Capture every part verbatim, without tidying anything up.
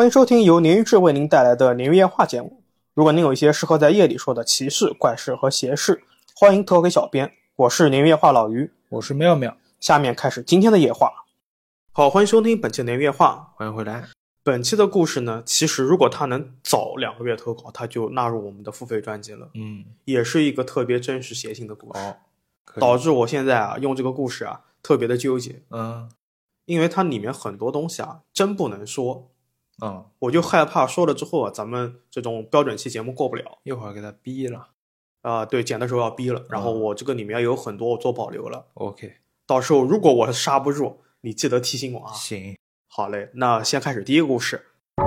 欢迎收听由鲶鱼志为您带来的鲶鱼夜话节目。如果您有一些适合在夜里说的奇事、怪事和邪事，欢迎投稿给小编。我是鲶鱼夜话老于， 我是妙妙。 下面开始今天的夜话。好，欢迎收听本期的鲶鱼夜话， 欢迎回来。 本期的故事呢，其实如果他能早两个月投稿，他就纳入我们的付费专辑了。 嗯， 也是一个特别真实邪性的故事， 哦， 导致我现在啊用这个故事啊特别的纠结。 嗯， 因为它里面很多东西啊真不能说。 嗯， 我就害怕说了之后啊，咱们这种标准期节目过不了， 一会儿给他逼了啊、呃，对，剪的时候要逼了。然后我这个里面有很多我做保留了。 OK， 到时候如果我刹不住，你记得提醒我啊。 行， 好嘞，那先开始第一个故事。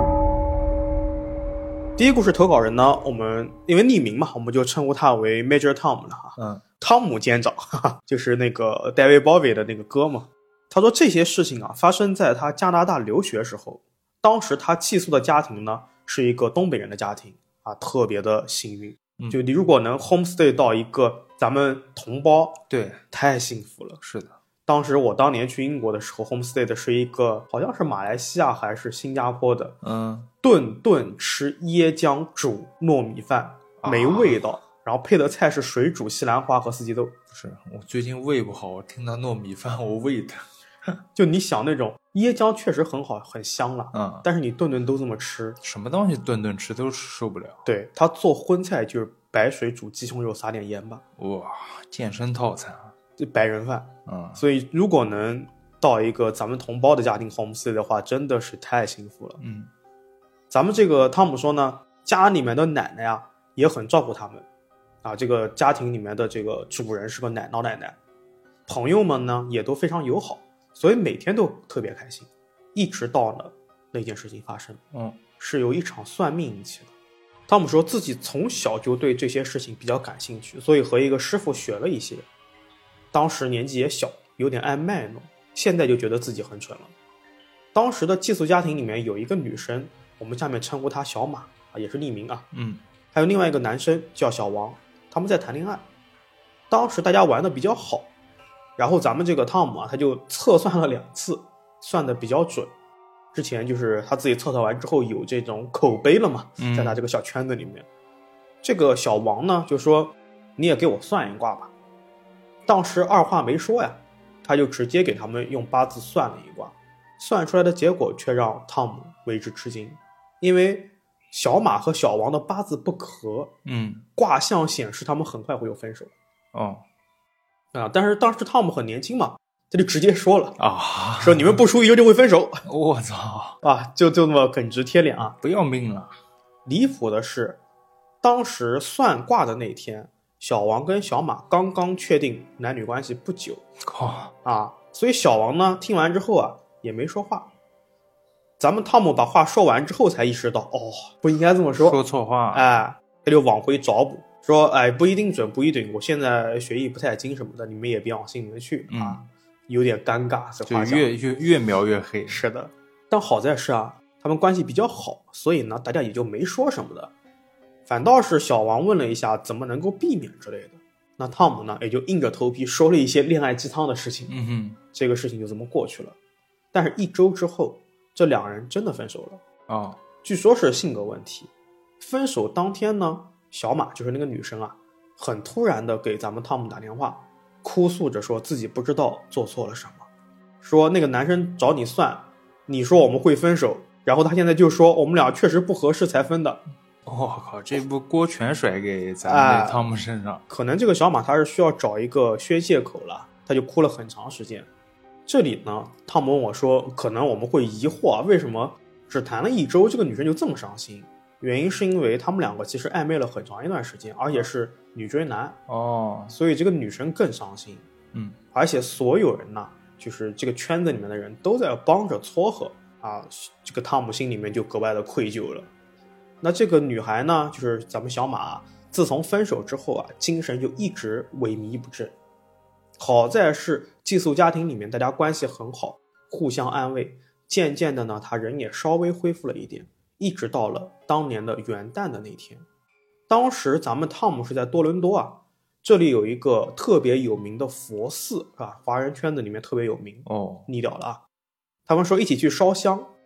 第一个故事投稿人呢，我们因为匿名嘛，我们就称呼他为 Major Tom 了哈。 嗯， 汤姆监长，哈哈，就是那个 David Bowie 的那个歌嘛。他说这些事情啊，发生在他加拿大留学时候。当时他寄宿的家庭呢，是一个东北人的家庭啊，特别的幸运。 嗯、 就你如果能 homestay 到一个咱们同胞， 对， 太幸福了。 是的。 当时我当年去英国的时候 homestay 的是一个好像是马来西亚还是新加坡的， 嗯， 顿顿吃椰浆煮糯米饭，没味道、啊、然后配的菜是水煮西兰花和四季豆。 不是，我最近胃不好，我听到糯米饭我胃疼。 就你想那种椰浆确实很好很香了， 嗯， 但是你顿顿都这么吃， 什么东西顿顿吃都受不了。 对，他做荤菜就是白水煮鸡胸肉撒点盐吧。 哇，健身套餐啊， 这白人饭。 嗯， 所以如果能到一个咱们同胞的家庭 homestay 的话，真的是太幸福了。 嗯， 咱们这个汤姆说呢，家里面的奶奶啊也很照顾他们啊，这个家庭里面的这个主人是个奶老奶奶，朋友们呢也都非常友好。所以每天都特别开心，一直到了那件事情发生， 嗯， 是由一场算命引起的。汤姆说自己从小就对这些事情比较感兴趣，所以和一个师傅学了一些。当时年纪也小，有点爱卖弄，现在就觉得自己很蠢了。当时的寄宿家庭里面有一个女生，我们下面称呼她小马啊，也是匿名啊， 嗯， 还有另外一个男生叫小王，他们在谈恋爱。当时大家玩的比较好。然后咱们这个汤姆啊，他就测算了两次，算的比较准。之前就是他自己测算完之后有这种口碑了嘛，在他这个小圈子里面。嗯、这个小王呢就说：“你也给我算一卦吧。”当时二话没说呀，他就直接给他们用八字算了一卦，算出来的结果却让汤姆为之吃惊，因为小马和小王的八字不合， 嗯， 卦象显示他们很快会有分手。 哦。 啊！但是当时汤姆很年轻嘛，他就直接说了啊， 说你们不出一周就会分手。 我操啊，就就这么耿直贴脸啊， 不要命了。 离谱的是，当时算卦的那天，小王跟小马刚刚确定男女关系不久。 靠啊！所以小王呢听完之后啊也没说话。咱们汤姆把话说完之后才意识到，哦，不应该这么说， 说错话。 哎，他就往回找补。说哎，不一定准，不一定。我现在学艺不太精什么的，你们也别往心里面去、 嗯、 啊，有点尴尬。这话就越越越描越黑。 是的，但好在是啊，他们关系比较好，所以呢，大家也就没说什么的。反倒是小王问了一下怎么能够避免之类的，那汤姆呢也就硬着头皮说了一些恋爱鸡汤的事情。 嗯哼， 这个事情就这么过去了。但是一周之后，这两人真的分手了。 哦， 据说是性格问题。分手当天呢，小马就是那个女生啊，很突然的给咱们汤姆打电话，哭诉着说自己不知道做错了什么，说那个男生找你算，你说我们会分手，然后他现在就说我们俩确实不合适才分的。 我、哦、靠，这不锅全甩给咱们汤姆身上、哎、 可能这个小马他是需要找一个宣泄口了，他就哭了很长时间。这里呢，汤姆问我说，可能我们会疑惑啊，为什么只谈了一周这个女生就这么伤心？原因是因为他们两个其实暧昧了很长一段时间，而且是女追男哦， 所以这个女生更伤心。 嗯， 而且所有人呢，就是这个圈子里面的人都在帮着撮合啊，这个汤姆心里面就格外的愧疚了。那这个女孩呢，就是咱们小马，自从分手之后啊，精神就一直萎靡不振。好在是寄宿家庭里面大家关系很好，互相安慰，渐渐的呢，她人也稍微恢复了一点。一直到了当年的元旦的那天，当时咱们汤姆是在多伦多啊，这里有一个特别有名的佛寺啊，华人圈子里面特别有名哦， 腻掉了啊。他们说一起去烧香，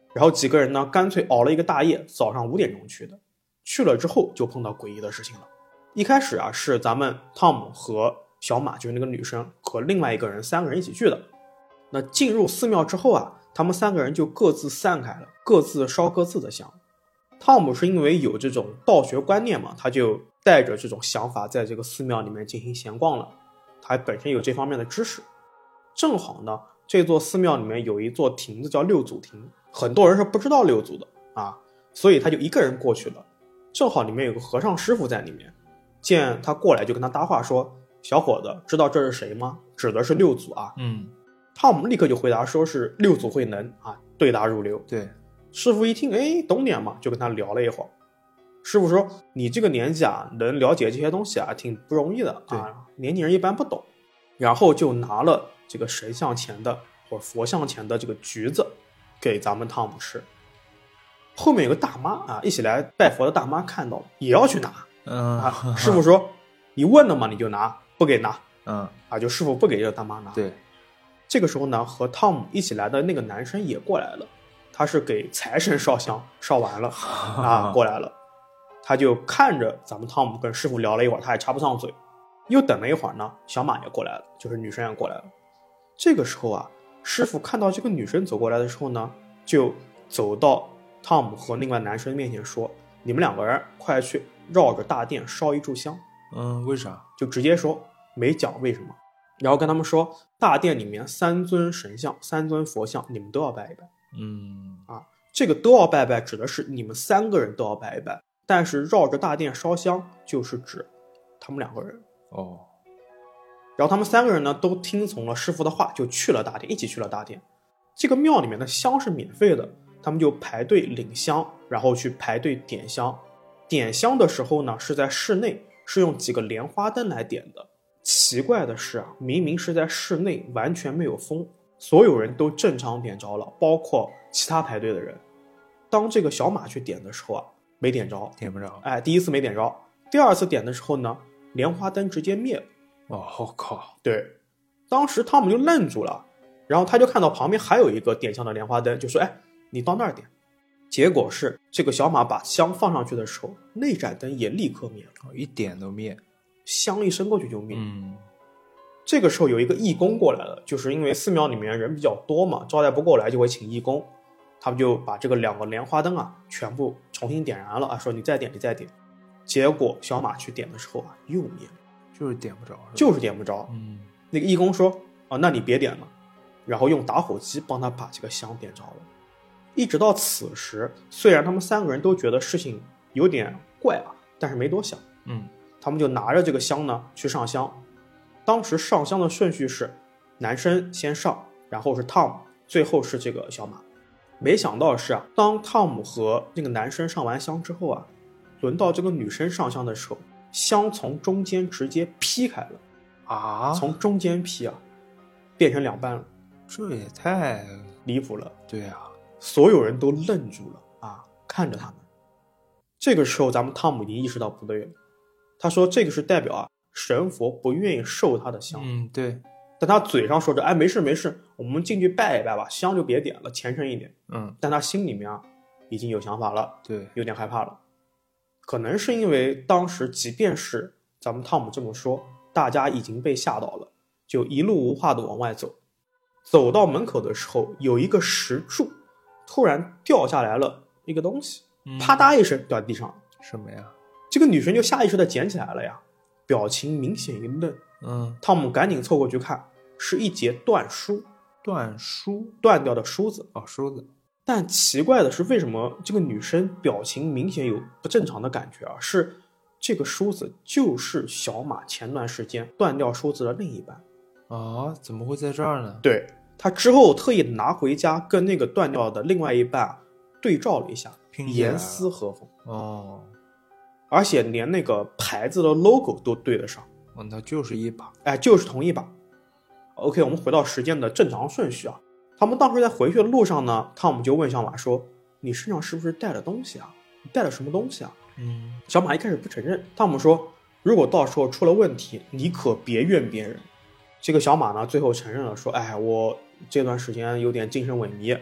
然后几个人呢，干脆熬了一个大夜，早上五点钟去的。去了之后就碰到诡异的事情了。一开始啊，是咱们汤姆和小马，就是那个女生和另外一个人，三个人一起去的。那进入寺庙之后啊，他们三个人就各自散开了，各自烧各自的香。汤姆是因为有这种道学观念嘛，他就带着这种想法在这个寺庙里面进行闲逛了。他本身有这方面的知识。正好呢，这座寺庙里面有一座亭子叫六祖亭，很多人是不知道六祖的啊，所以他就一个人过去了。正好里面有个和尚师傅在里面，见他过来就跟他搭话说：“小伙子，知道这是谁吗？”指的是六祖啊。 嗯， 汤姆立刻就回答说是六祖慧能啊，对答如流。 对， 师傅一听，哎，懂点嘛，就跟他聊了一会儿。师傅说：“你这个年纪啊，能了解这些东西啊，挺不容易的啊，年轻人一般不懂。”然后就拿了这个神像前的或者佛像前的这个橘子给咱们汤姆吃。后面有个大妈啊，一起来拜佛的大妈看到了，也要去拿。 嗯啊，师傅说：“你问了吗？你就拿，不给拿。” 嗯， 啊，就师傅不给这个大妈拿。 对， 这个时候呢，和汤姆一起来的那个男生也过来了，他是给财神烧香，烧完了啊，过来了。他就看着咱们汤姆跟师傅聊了一会儿，他也插不上嘴。又等了一会儿呢，小马也过来了，就是女生也过来了。这个时候啊，师傅看到这个女生走过来的时候呢，就走到汤姆和另外男生面前说：“你们两个人快去绕着大殿烧一炷香。” 嗯，为啥？ 就直接说，没讲为什么。然后跟他们说，大殿里面三尊神像、三尊佛像，你们都要拜一拜。 嗯啊，这个都要拜拜，指的是你们三个人都要拜一拜。但是绕着大殿烧香，就是指他们两个人。 哦， 然后他们三个人呢，都听从了师傅的话，就去了大殿，一起去了大殿。这个庙里面的香是免费的，他们就排队领香，然后去排队点香。点香的时候呢，是在室内，是用几个莲花灯来点的。奇怪的是啊，明明是在室内，完全没有风，所有人都正常点着了，包括其他排队的人。当这个小马去点的时候啊，没点着， 点不着。 哎，第一次没点着，第二次点的时候呢，莲花灯直接灭了。 哦，我靠！ 对，当时汤姆就愣住了，然后他就看到旁边还有一个点香的莲花灯，就说：“哎，你到那儿点。”结果是这个小马把香放上去的时候，那盏灯也立刻灭了， 哦，一点都灭， 香一伸过去就灭。 嗯， 这个时候有一个义工过来了，就是因为寺庙里面人比较多嘛，招待不过来就会请义工，他们就把这个两个莲花灯啊全部重新点燃了啊，说你再点，你再点。结果小马去点的时候啊，又灭了， 就是点不着，是就是点不着。 嗯， 那个义工说：“啊，那你别点了。”然后用打火机帮他把这个香点着了。一直到此时，虽然他们三个人都觉得事情有点怪啊，但是没多想。 嗯， 他们就拿着这个香呢去上香。当时上香的顺序是男生先上，然后是汤姆，最后是这个小马。没想到的是啊，当汤姆和那个男生上完香之后啊，轮到这个女生上香的时候，香从中间直接劈开了啊， 从中间劈啊，变成两半了， 这也太离谱了。 对啊， 所有人都愣住了啊，看着他们。这个时候咱们汤姆已经意识到不对了，他说这个是代表啊神佛不愿意受他的香。 嗯，对， 但他嘴上说着哎没事没事，我们进去拜一拜吧，香就别点了，虔诚一点。 嗯， 但他心里面啊已经有想法了， 对， 有点害怕了。可能是因为当时即便是咱们汤姆这么说，大家已经被吓到了，就一路无话的往外走。走到门口的时候，有一个石柱突然掉下来了一个东西，啪嗒一声掉地上了。 什么呀？ 这个女生就下意识的捡起来了呀，表情明显一愣。 嗯， 汤姆赶紧凑过去看，是一截断书， 断书， 断掉的梳子。 哦，梳子。 但奇怪的是，为什么这个女生表情明显有不正常的感觉啊？是这个梳子就是小马前段时间断掉梳子的另一半啊？怎么会在这儿呢？ 对，他之后特意拿回家跟那个断掉的另外一半对照了一下，严丝合缝哦， 而且连那个牌子的 logo 都对得上。 哦，那就是一把， 哎，就是同一把。OK， 我们回到时间的正常顺序啊。他们当时在回去的路上呢，汤姆就问小马说：“你身上是不是带了东西啊？你带了什么东西啊？” 嗯， 小马一开始不承认。汤姆说：“如果到时候出了问题，你可别怨别人。”这个小马呢，最后承认了，说：“哎，我这段时间有点精神萎靡，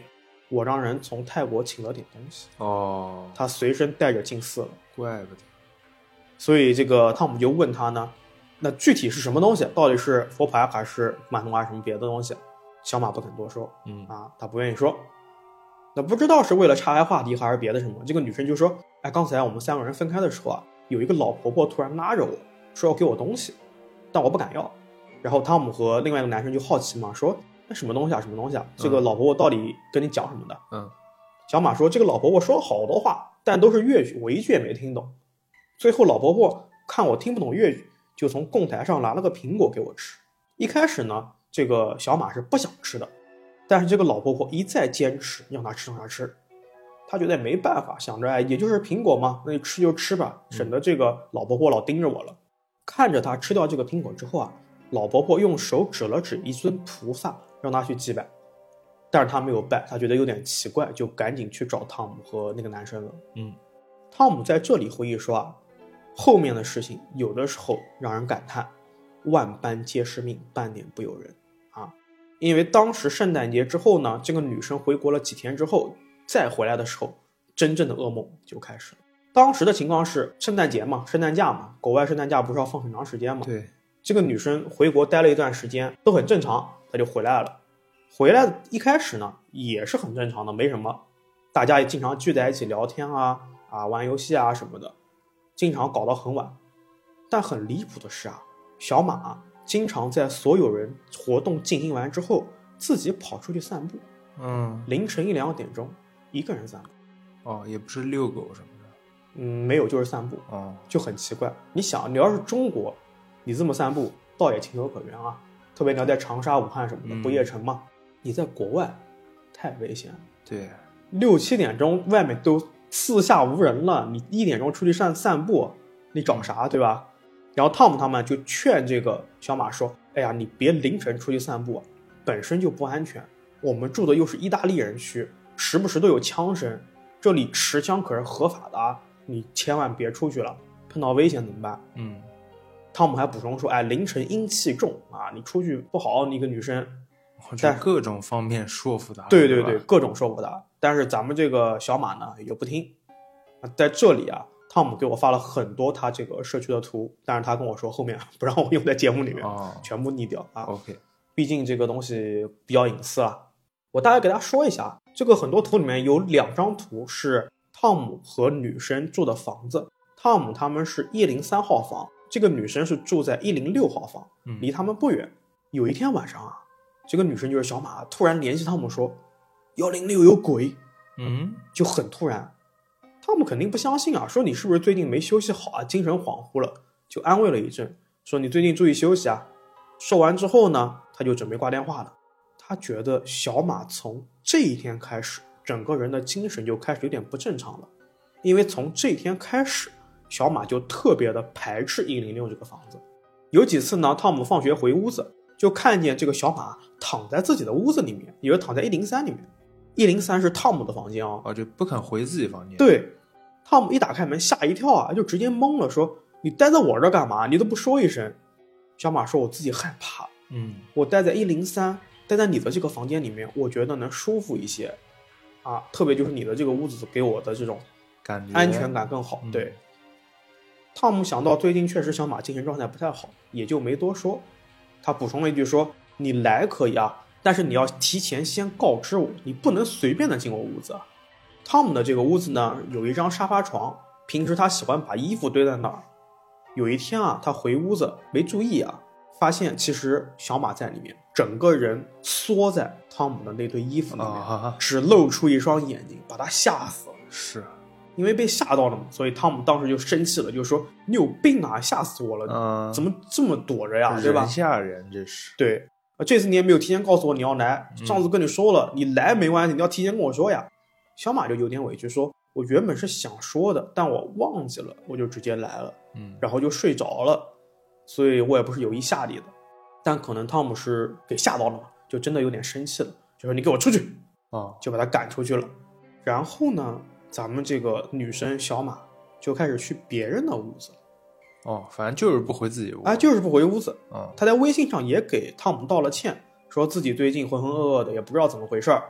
我让人从泰国请了点东西。 哦， 他随身带着进寺了。 怪不得。 所以这个汤姆就问他呢，那具体是什么东西？到底是佛牌还是曼通还是什么别的东西？小马不肯多说。 嗯啊，他不愿意说。那不知道是为了岔开话题还是别的什么，这个女生就说，哎，刚才我们三个人分开的时候啊，有一个老婆婆突然拉着我说要给我东西，但我不敢要。然后汤姆和另外一个男生就好奇嘛，说那什么东西啊什么东西啊，这个老婆婆到底跟你讲什么的？ 嗯， 小马说这个老婆婆说了好多话，但都是粤语，我一句也没听懂。最后老婆婆看我听不懂粤语，就从供台上拿了个苹果给我吃。一开始呢，这个小马是不想吃的，但是这个老婆婆一再坚持让他吃让他吃，他觉得也没办法，想着哎也就是苹果嘛，那你吃就吃吧，省得这个老婆婆老盯着我了。嗯、看着他吃掉这个苹果之后啊，老婆婆用手指了指一尊菩萨，让他去祭拜。但是他没有拜，他觉得有点奇怪，就赶紧去找汤姆和那个男生了。 嗯， 汤姆在这里回忆说啊，后面的事情有的时候让人感叹，万般皆是命，半点不由人啊。因为当时圣诞节之后呢，这个女生回国了几天之后，再回来的时候，真正的噩梦就开始了。当时的情况是圣诞节嘛，圣诞假嘛，国外圣诞假不是要放很长时间嘛？ 对， 这个女生回国待了一段时间，都很正常，她就回来了。回来一开始呢，也是很正常的，没什么，大家也经常聚在一起聊天啊，啊，玩游戏啊什么的，经常搞到很晚。但很离谱的是啊，小马啊经常在所有人活动进行完之后，自己跑出去散步。 嗯， 凌晨一两点钟，一个人散步。 哦，也不是遛狗什么的。 嗯，没有，就是散步。 哦， 就很奇怪。你想，你要是中国，你这么散步，倒也情有可原啊。特别你要在长沙、武汉什么的，不夜城嘛。嗯、你在国外，太危险了。 对， 六七点钟外面都四下无人了，你一点钟出去散散步，你找啥，对吧？然后汤姆他们就劝这个小马说：“哎呀，你别凌晨出去散步，本身就不安全。我们住的又是意大利人区，时不时都有枪声，这里持枪可是合法的啊，你千万别出去了，碰到危险怎么办？” 嗯， 汤姆还补充说：“哎，凌晨阴气重啊，你出去不好。”你一个女生， 在各种方面说服他。 对对对，各种说服他。但是咱们这个小马呢，也不听。在这里啊。汤姆给我发了很多他这个社区的图，但是他跟我说后面不让我用在节目里面， 哦、 全部匿掉啊。 OK， 毕竟这个东西比较隐私了。我大概给大家说一下，这个很多图里面有两张图是汤姆和女生住的房子，汤姆他们是一零三号房，这个女生是住在一零六号房，离他们不远。有一天晚上啊，这个女生就是小马，突然联系汤姆说一零六有鬼， 嗯， 就很突然。汤姆肯定不相信啊，说你是不是最近没休息好啊，精神恍惚了，就安慰了一阵，说你最近注意休息啊。说完之后呢，他就准备挂电话了。他觉得小马从这一天开始，整个人的精神就开始有点不正常了，因为从这一天开始，小马就特别的排斥一零六这个房子。有几次呢，汤姆放学回屋子，就看见这个小马躺在自己的屋子里面，以为躺在一零三里面。一零三是汤姆的房间哦， 哦，就不肯回自己房间。 对。汤姆一打开门吓一跳啊，就直接懵了，说你待在我这干嘛？你都不说一声。小马说我自己害怕， 嗯， 我待在一零三，待在你的这个房间里面，我觉得能舒服一些啊，特别就是你的这个屋子给我的这种感觉安全感更好。对，汤姆想到最近确实小马精神状态不太好，也就没多说。他补充了一句说你来可以啊，但是你要提前先告知我，你不能随便的进我屋子。汤姆的这个屋子呢，有一张沙发床，平时他喜欢把衣服堆在那儿。有一天啊，他回屋子没注意啊，发现其实小马在里面，整个人缩在汤姆的那堆衣服里面， 啊、 只露出一双眼睛，把他吓死了。 是， 因为被吓到了嘛，所以汤姆当时就生气了，就说你有病啊，吓死我了， 嗯、 怎么这么躲着呀，对吧？ 人吓人，这是。 对，这次你也没有提前告诉我你要来，上次跟你说了，嗯、你来没关系，你要提前跟我说呀。小马就有点委屈说，我原本是想说的，但我忘记了，我就直接来了， 嗯， 然后就睡着了，所以我也不是有意吓你的。但可能汤姆是给吓到了嘛，就真的有点生气了，就说你给我出去， 哦， 就把他赶出去了。然后呢，咱们这个女生小马就开始去别人的屋子了。 哦，反正就是不回自己屋， 哎，就是不回屋子。 嗯， 他在微信上也给汤姆道了歉，说自己最近浑浑噩噩的，也不知道怎么回事儿。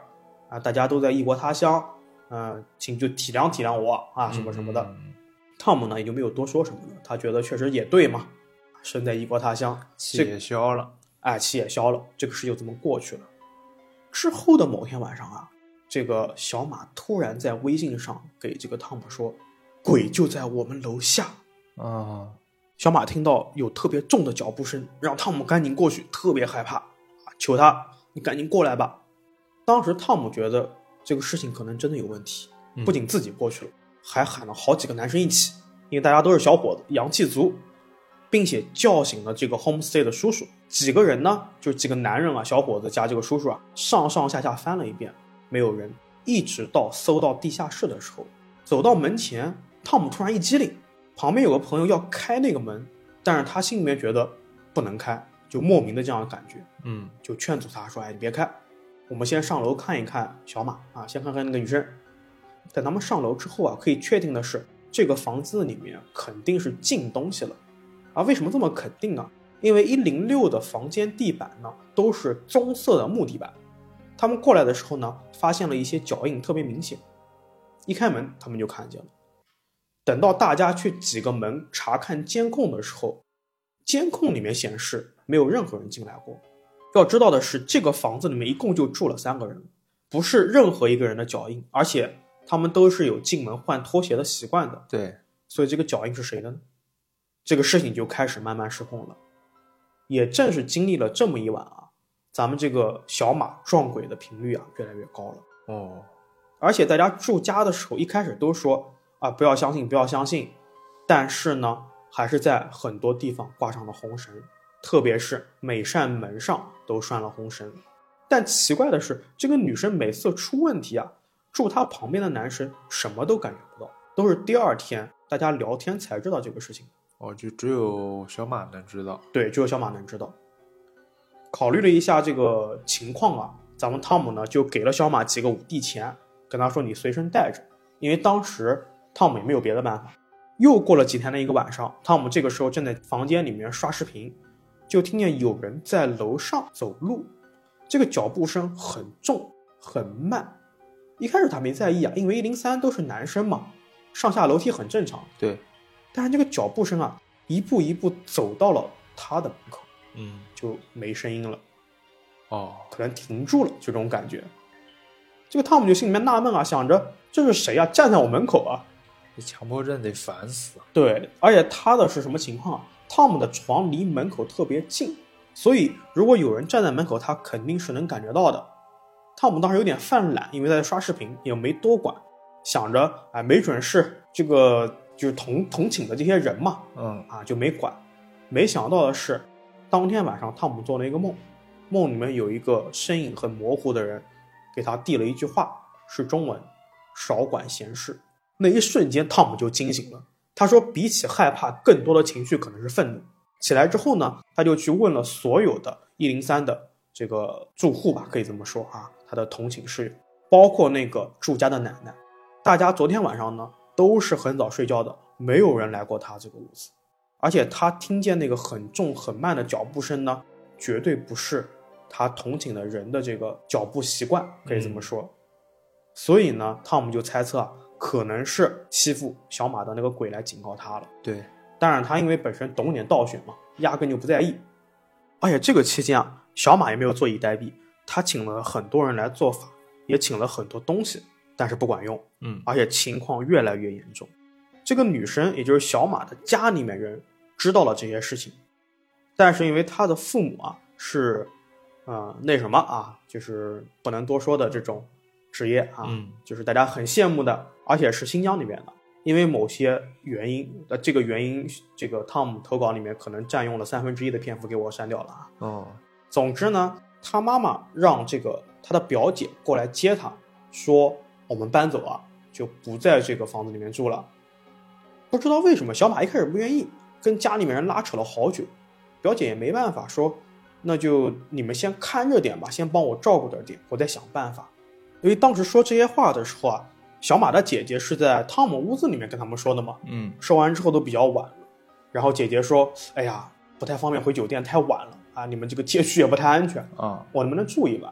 啊，大家都在异国他乡，嗯、呃，请就体谅体谅我啊，什么什么的。 嗯、 汤姆呢也就没有多说什么了，他觉得确实也对嘛，身在异国他乡， 气也消了， 哎，气也消了，这个事就这么过去了。之后的某天晚上啊，这个小马突然在微信上给这个汤姆说，鬼就在我们楼下啊。 小马听到有特别重的脚步声，让汤姆赶紧过去，特别害怕，求他你赶紧过来吧。当时汤姆觉得这个事情可能真的有问题，不仅自己过去了，嗯、还喊了好几个男生一起，因为大家都是小伙子，阳气足，并且叫醒了这个 homestay 的叔叔。几个人呢，就是几个男人啊，小伙子加这个叔叔啊，上上下下翻了一遍，没有人，一直到搜到地下室的时候，走到门前，汤姆突然一激灵，旁边有个朋友要开那个门，但是他心里面觉得不能开，就莫名的这样的感觉， 嗯， 就劝阻他说，哎，你别开，我们先上楼看一看小马啊，先看看那个女生。等他们上楼之后啊，可以确定的是，这个房子里面肯定是进东西了。啊，为什么这么肯定呢？因为一零六的房间地板呢都是棕色的木地板，他们过来的时候呢，发现了一些脚印特别明显，一开门他们就看见了。等到大家去几个门查看监控的时候，监控里面显示没有任何人进来过。要知道的是，这个房子里面一共就住了三个人，不是任何一个人的脚印，而且他们都是有进门换拖鞋的习惯的。 对， 所以这个脚印是谁的呢？这个事情就开始慢慢失控了。也正是经历了这么一晚啊，咱们这个小马撞鬼的频率啊越来越高了。 哦， 而且大家住家的时候一开始都说啊不要相信不要相信，但是呢还是在很多地方挂上了红绳，特别是每扇门上都拴了红绳。但奇怪的是，这个女生每次出问题啊，住她旁边的男生什么都感觉不到，都是第二天大家聊天才知道这个事情。 哦，就只有小马能知道。 对，只有小马能知道。考虑了一下这个情况啊，咱们汤姆呢就给了小马几个五帝钱，跟他说你随身带着，因为当时汤姆也没有别的办法。又过了几天的一个晚上，汤姆这个时候正在房间里面刷视频，就听见有人在楼上走路，这个脚步声很重很慢。一开始他没在意啊，因为一零三都是男生嘛，上下楼梯很正常。 对， 但是这个脚步声啊，一步一步走到了他的门口， 嗯， 就没声音了。 哦， 可能停住了，就这种感觉。这个汤姆就心里面纳闷啊，想着这是谁啊，站在我门口啊？ 这强迫症得烦死。 对，而且他的是什么情况啊？汤姆的床离门口特别近，所以如果有人站在门口，他肯定是能感觉到的。汤姆当时有点犯懒，因为在刷视频，也没多管，想着哎，没准是这个就是同同寝的这些人嘛， 嗯啊，就没管。没想到的是，当天晚上汤姆做了一个梦，梦里面有一个身影很模糊的人给他递了一句话，是中文，少管闲事。那一瞬间汤姆就惊醒了，他说比起害怕，更多的情绪可能是愤怒。起来之后呢，他就去问了所有的一零三的这个住户吧，可以这么说啊，他的同寝室友，包括那个住家的奶奶，大家昨天晚上呢都是很早睡觉的，没有人来过他这个屋子。而且他听见那个很重很慢的脚步声呢，绝对不是他同寝的人的这个脚步习惯，可以这么说。嗯、所以呢，汤姆就猜测啊，可能是欺负小马的那个鬼来警告他了。 对， 当然他因为本身懂点道学嘛，压根就不在意。而且这个期间啊，小马也没有坐以待毙，他请了很多人来做法，也请了很多东西，但是不管用。 嗯， 而且情况越来越严重。这个女生，也就是小马的家里面人知道了这些事情，但是因为他的父母啊是，呃那什么啊，就是不能多说的这种职业啊， 嗯， 就是大家很羡慕的，而且是新疆那边的。因为某些原因，呃，这个原因，这个汤姆投稿里面可能占用了三分之一的篇幅，给我删掉了啊。 哦， 总之呢，他妈妈让这个他的表姐过来接他，说我们搬走啊，就不在这个房子里面住了。不知道为什么小马一开始不愿意，跟家里面人拉扯了好久，表姐也没办法，说那就你们先看着点吧，先帮我照顾点点，我再想办法。因为当时说这些话的时候啊，小马的姐姐是在汤姆屋子里面跟他们说的嘛， 嗯， 说完之后都比较晚了，然后姐姐说，哎呀，不太方便回酒店，太晚了啊，你们这个街区也不太安全啊， 我能不能住一晚？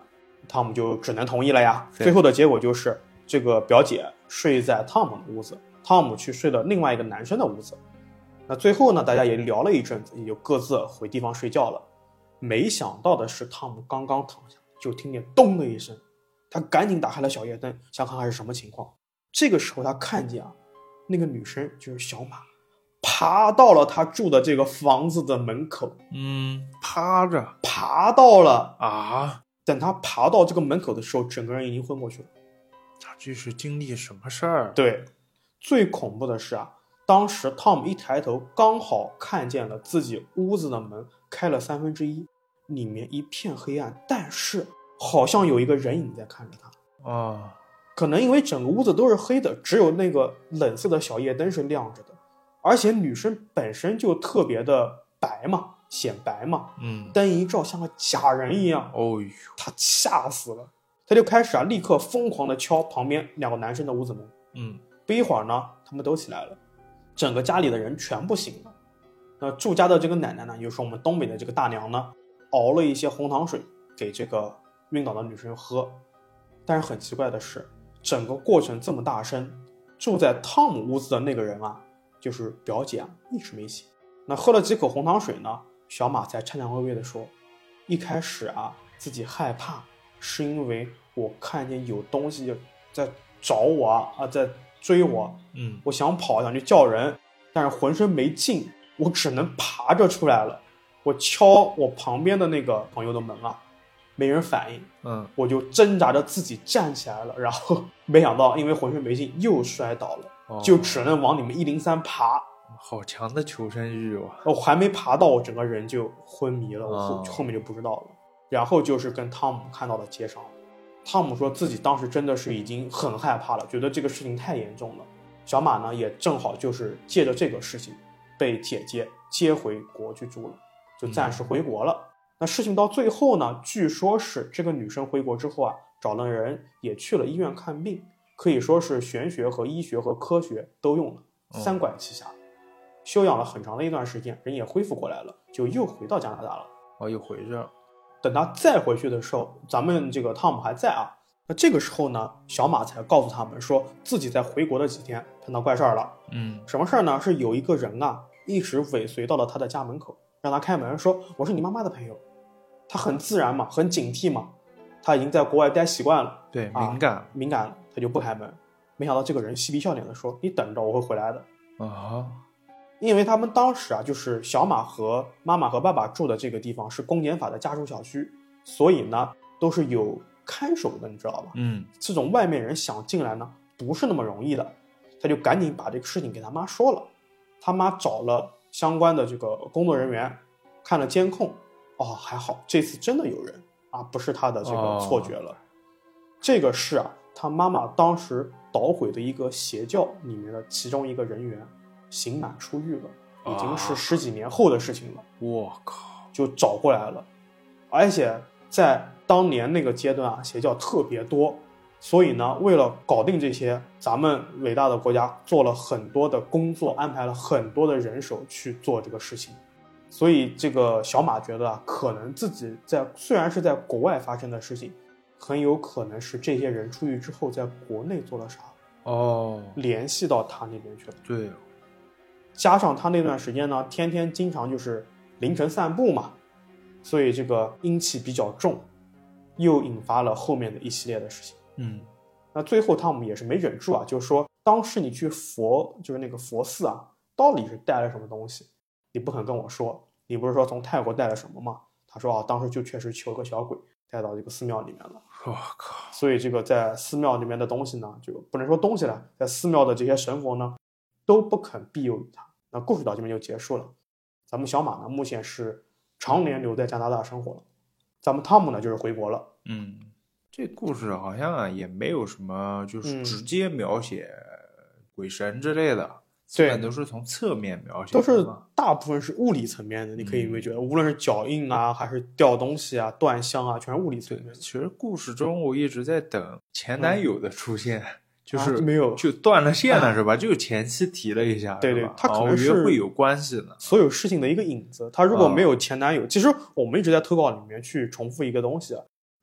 汤姆就只能同意了呀。最后的结果就是这个表姐睡在汤姆的屋子，汤姆去睡了另外一个男生的屋子。那最后呢，大家也聊了一阵子，也就各自回地方睡觉了。没想到的是，汤姆刚刚躺下，就听见咚的一声，他赶紧打开了小夜灯，想看看是什么情况。这个时候他看见啊，那个女生就是小马，爬到了他住的这个房子的门口。 嗯，趴着爬到了啊！ 等他爬到这个门口的时候，整个人已经昏过去了。 他这是经历什么事儿？ 对，最恐怖的是啊，当时汤姆一抬头，刚好看见了自己屋子的门开了三分之一，里面一片黑暗，但是好像有一个人影在看着他。 哦， 可能因为整个屋子都是黑的，只有那个冷色的小夜灯是亮着的，而且女生本身就特别的白嘛，显白嘛， 嗯， 灯一照像个假人一样。 哦呦， 他吓死了，他就开始啊，立刻疯狂的敲旁边两个男生的屋子门。 嗯， 不一会儿呢，他们都起来了，整个家里的人全部醒了。那住家的这个奶奶呢，也就是我们东北的这个大娘呢，熬了一些红糖水给这个晕倒的女生喝。但是很奇怪的是，整个过程这么大声，住在汤姆屋子的那个人啊，就是表姐啊，一直没醒。那喝了几口红糖水呢，小马才颤颤巍巍地说，一开始啊，自己害怕是因为我看见有东西在找我啊，在追我， 嗯， 我想跑，想去叫人，但是浑身没劲，我只能爬着出来了。我敲我旁边的那个朋友的门啊，没人反应， 嗯， 我就挣扎着自己站起来了，然后没想到因为浑身没劲又摔倒了， 哦、 就只能往你们一零三爬。 好强的求生欲啊！ 我还没爬到，我整个人就昏迷了，我后、 哦、 后面就不知道了。然后就是跟汤姆看到了街上，汤姆说自己当时真的是已经很害怕了，觉得这个事情太严重了。小马呢也正好就是借着这个事情被姐姐接回国去住了，就暂时回国了。嗯、那事情到最后呢，据说是这个女生回国之后啊，找了人也去了医院看病，可以说是玄学和医学和科学都用了，三管齐下。嗯，休养了很长的一段时间，人也恢复过来了，就又回到加拿大了。 哦，又回去了。 等他再回去的时候，咱们这个汤姆还在啊。那这个时候呢，小马才告诉他们说自己在回国的几天碰到怪事儿了。 嗯， 什么事儿呢？是有一个人啊，一直尾随到了他的家门口，让他开门，说我是你妈妈的朋友。他很自然嘛，很警惕嘛，他已经在国外待习惯了， 对，敏感、啊、 敏感了，他就不开门。没想到这个人嬉皮笑脸的说：“你等着，我会回来的。” 啊。 因为他们当时啊，就是小马和妈妈和爸爸住的这个地方是公检法的家属小区，所以呢都是有看守的，你知道吧？ 嗯， 这种外面人想进来呢，不是那么容易的。他就赶紧把这个事情给他妈说了，他妈找了相关的这个工作人员，看了监控，哦，还好这次真的有人啊，不是他的这个错觉了。哦、这个是啊，他妈妈当时捣毁的一个邪教里面的其中一个人员。刑满出狱了，已经是十几年后的事情了。 我、啊、靠， 就找过来了，而且在当年那个阶段啊，邪教特别多，所以呢，为了搞定这些，咱们伟大的国家做了很多的工作，安排了很多的人手去做这个事情。所以这个小马觉得啊，可能自己在虽然是在国外发生的事情，很有可能是这些人出狱之后在国内做了啥哦， 联系到他那边去了。 对。 加上他那段时间呢，天天经常就是凌晨散步嘛，所以这个阴气比较重，又引发了后面的一系列的事情。 嗯， 那最后汤姆也是没忍住啊，就是说当时你去佛就是那个佛寺啊，到底是带了什么东西？你不肯跟我说，你不是说从泰国带了什么吗？他说啊，当时就确实求个小鬼带到这个寺庙里面了。 我靠！ 所以这个在寺庙里面的东西呢，就不能说东西了，在寺庙的这些神佛呢，都不肯庇佑于他。那故事到这边就结束了。咱们小马呢，目前是常年留在加拿大生活了。咱们汤姆呢，就是回国了。 嗯，这故事好像啊也没有什么，就是直接描写鬼神之类的，嗯、基本都是从侧面描写的， 都是大部分是物理层面的。你可以没觉得，嗯、无论是脚印啊，还是掉东西啊、断香啊，全是物理层面的。 其实故事中我一直在等前男友的出现。嗯就是、 啊、没有就断了线了是吧？就前期提了一下， 对对，他可能是、 哦、会有关系的， 所有事情的一个影子。他如果没有前男友，哦、其实我们一直在投稿里面去重复一个东西啊。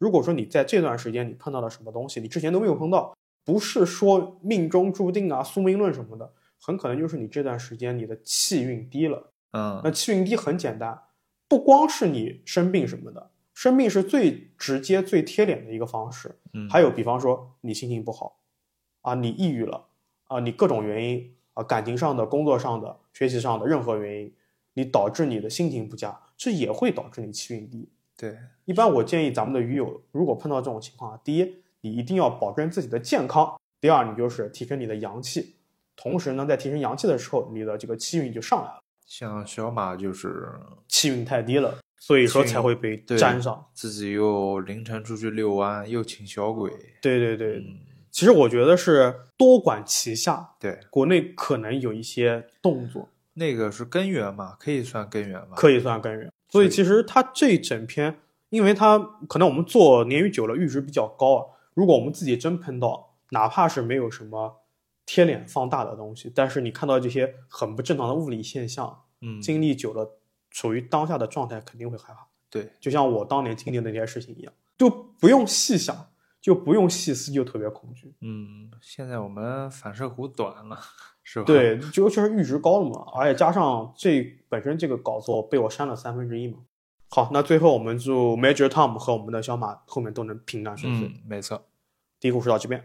如果说你在这段时间你碰到了什么东西，你之前都没有碰到，不是说命中注定啊、宿命论什么的，很可能就是你这段时间你的气运低了。 嗯， 那气运低很简单，不光是你生病什么的，生病是最直接、最贴脸的一个方式。 嗯， 还有比方说你心情不好啊，你抑郁了啊，你各种原因啊，感情上的、工作上的、学习上的任何原因，你导致你的心情不佳，这也会导致你气运低。 对， 一般我建议咱们的鱼友，如果碰到这种情况，第一，你一定要保证自己的健康；第二，你就是提升你的阳气。同时呢，在提升阳气的时候，你的这个气运就上来了。 像小马就是气运太低了，所以说才会被沾上。 自己又凌晨出去遛弯，又请小鬼。 对对对， 嗯， 其实我觉得是多管齐下。 对， 国内可能有一些动作， 那个是根源嘛，可以算根源嘛， 可以算根源。所以其实它这一整篇，因为它可能我们做鲶鱼久了阈值比较高啊，如果我们自己真碰到，哪怕是没有什么贴脸放大的东西，但是你看到这些很不正常的物理现象， 嗯， 经历久了，处于当下的状态肯定会害怕。 对， 就像我当年经历的那些事情一样，就不用细想，就不用细思，就特别恐惧。 嗯，现在我们反射弧短了，是吧？ 对，就确实阈值高了嘛，而且加上这本身这个稿子被我删了三分之一嘛。好，那最后我们祝 Major Tom 和我们的小马后面都能平安顺遂。 嗯，没错。 第一个故事到这边。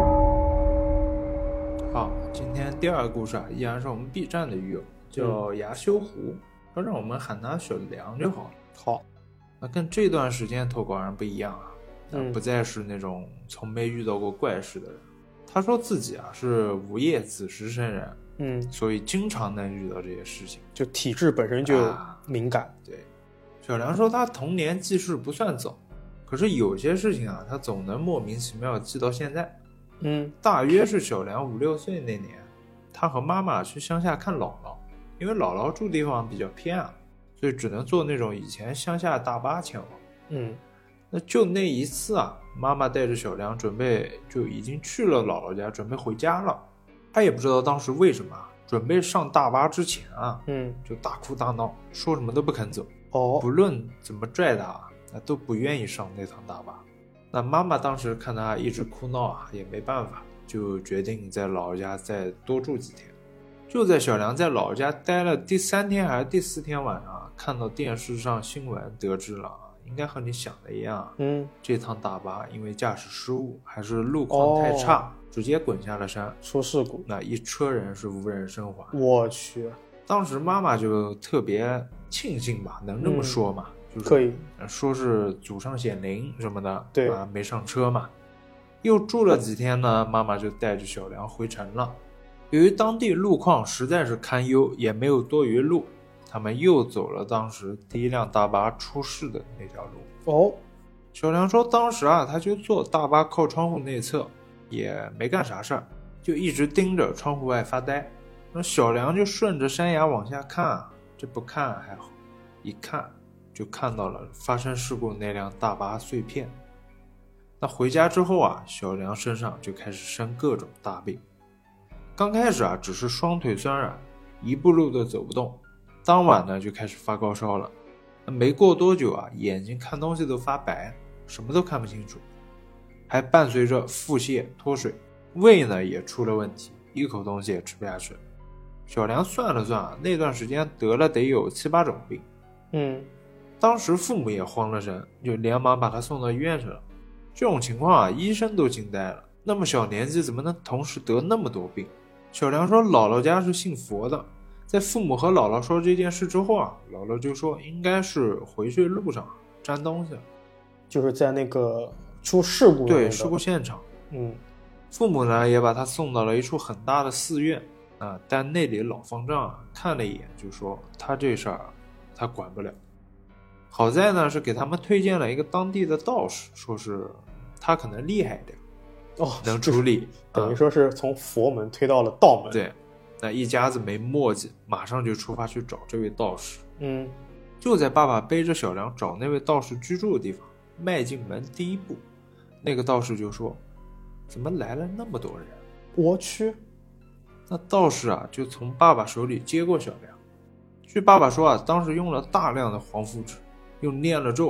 好，今天第二个故事啊，依然是我们 B 站的鱼友，叫牙修湖，说、嗯、让我们喊他小梁就好了。 好， 那跟这段时间投稿人不一样啊， 嗯， 不再是那种从没遇到过怪事的人。他说自己啊是午夜子时生人， 嗯， 所以经常能遇到这些事情， 就体质本身就敏感。 啊、对，小梁说他童年记事不算早，可是有些事情啊，他总能莫名其妙记到现在。 嗯， 大约是小梁五六岁那年，他和妈妈去乡下看姥姥，因为姥姥住地方比较偏啊，所以只能坐那种以前乡下大巴前往。 嗯， 那就那一次啊，妈妈带着小梁准备就已经去了姥姥家，准备回家了。他也不知道当时为什么，准备上大巴之前啊， 嗯， 就大哭大闹，说什么都不肯走。 哦， 不论怎么拽他，他都不愿意上那趟大巴。那妈妈当时看他一直哭闹啊，也没办法，就决定在姥姥家再多住几天。就在小梁在姥姥家待了第三天还是第四天晚上，看到电视上新闻得知了，应该和你想的一样， 嗯， 这趟大巴因为驾驶失误还是路况太差，哦、直接滚下了山， 出事故， 那一车人是无人生还。 我去， 当时妈妈就特别庆幸吧，能这么说嘛？嗯，就是、 可以说是祖上显灵什么的， 对啊，没上车嘛。又住了几天呢，妈妈就带着小梁回城了。由于当地路况实在是堪忧，也没有多余路，他们又走了当时第一辆大巴出事的那条路。 哦， 小梁说当时啊，他就坐大巴靠窗户内侧，也没干啥事儿，就一直盯着窗户外发呆。那小梁就顺着山崖往下看啊，这不看还好，一看就看到了发生事故那辆大巴碎片。那回家之后啊，小梁身上就开始生各种大病。刚开始啊，只是双腿酸软，一步路都走不动。当晚呢，就开始发高烧了。没过多久啊，眼睛看东西都发白，什么都看不清楚，还伴随着腹泻、脱水，胃呢也出了问题，一口东西也吃不下去。小梁算了算啊，那段时间得了得有七八种病。 嗯， 当时父母也慌了神，就连忙把他送到医院去了。这种情况啊，医生都惊呆了，那么小年纪怎么能同时得那么多病？小梁说姥姥家是信佛的，在父母和姥姥说这件事之后啊，姥姥就说应该是回去路上沾东西了， 就是在那个出事故的、那个、 对事故现场。 嗯， 父母呢也把他送到了一处很大的寺院啊，但那里老方丈啊看了一眼就说他这事儿他管不了。好在呢是给他们推荐了一个当地的道士，说是他可能厉害一点哦， 能处理， 等于说是从佛门推到了道门。 对，那一家子没墨迹，马上就出发去找这位道士。 嗯， 就在爸爸背着小梁找那位道士居住的地方，迈进门第一步，那个道士就说：“怎么来了那么多人？” 我去！ 那道士啊，就从爸爸手里接过小梁。据爸爸说啊，当时用了大量的黄符纸，又念了咒，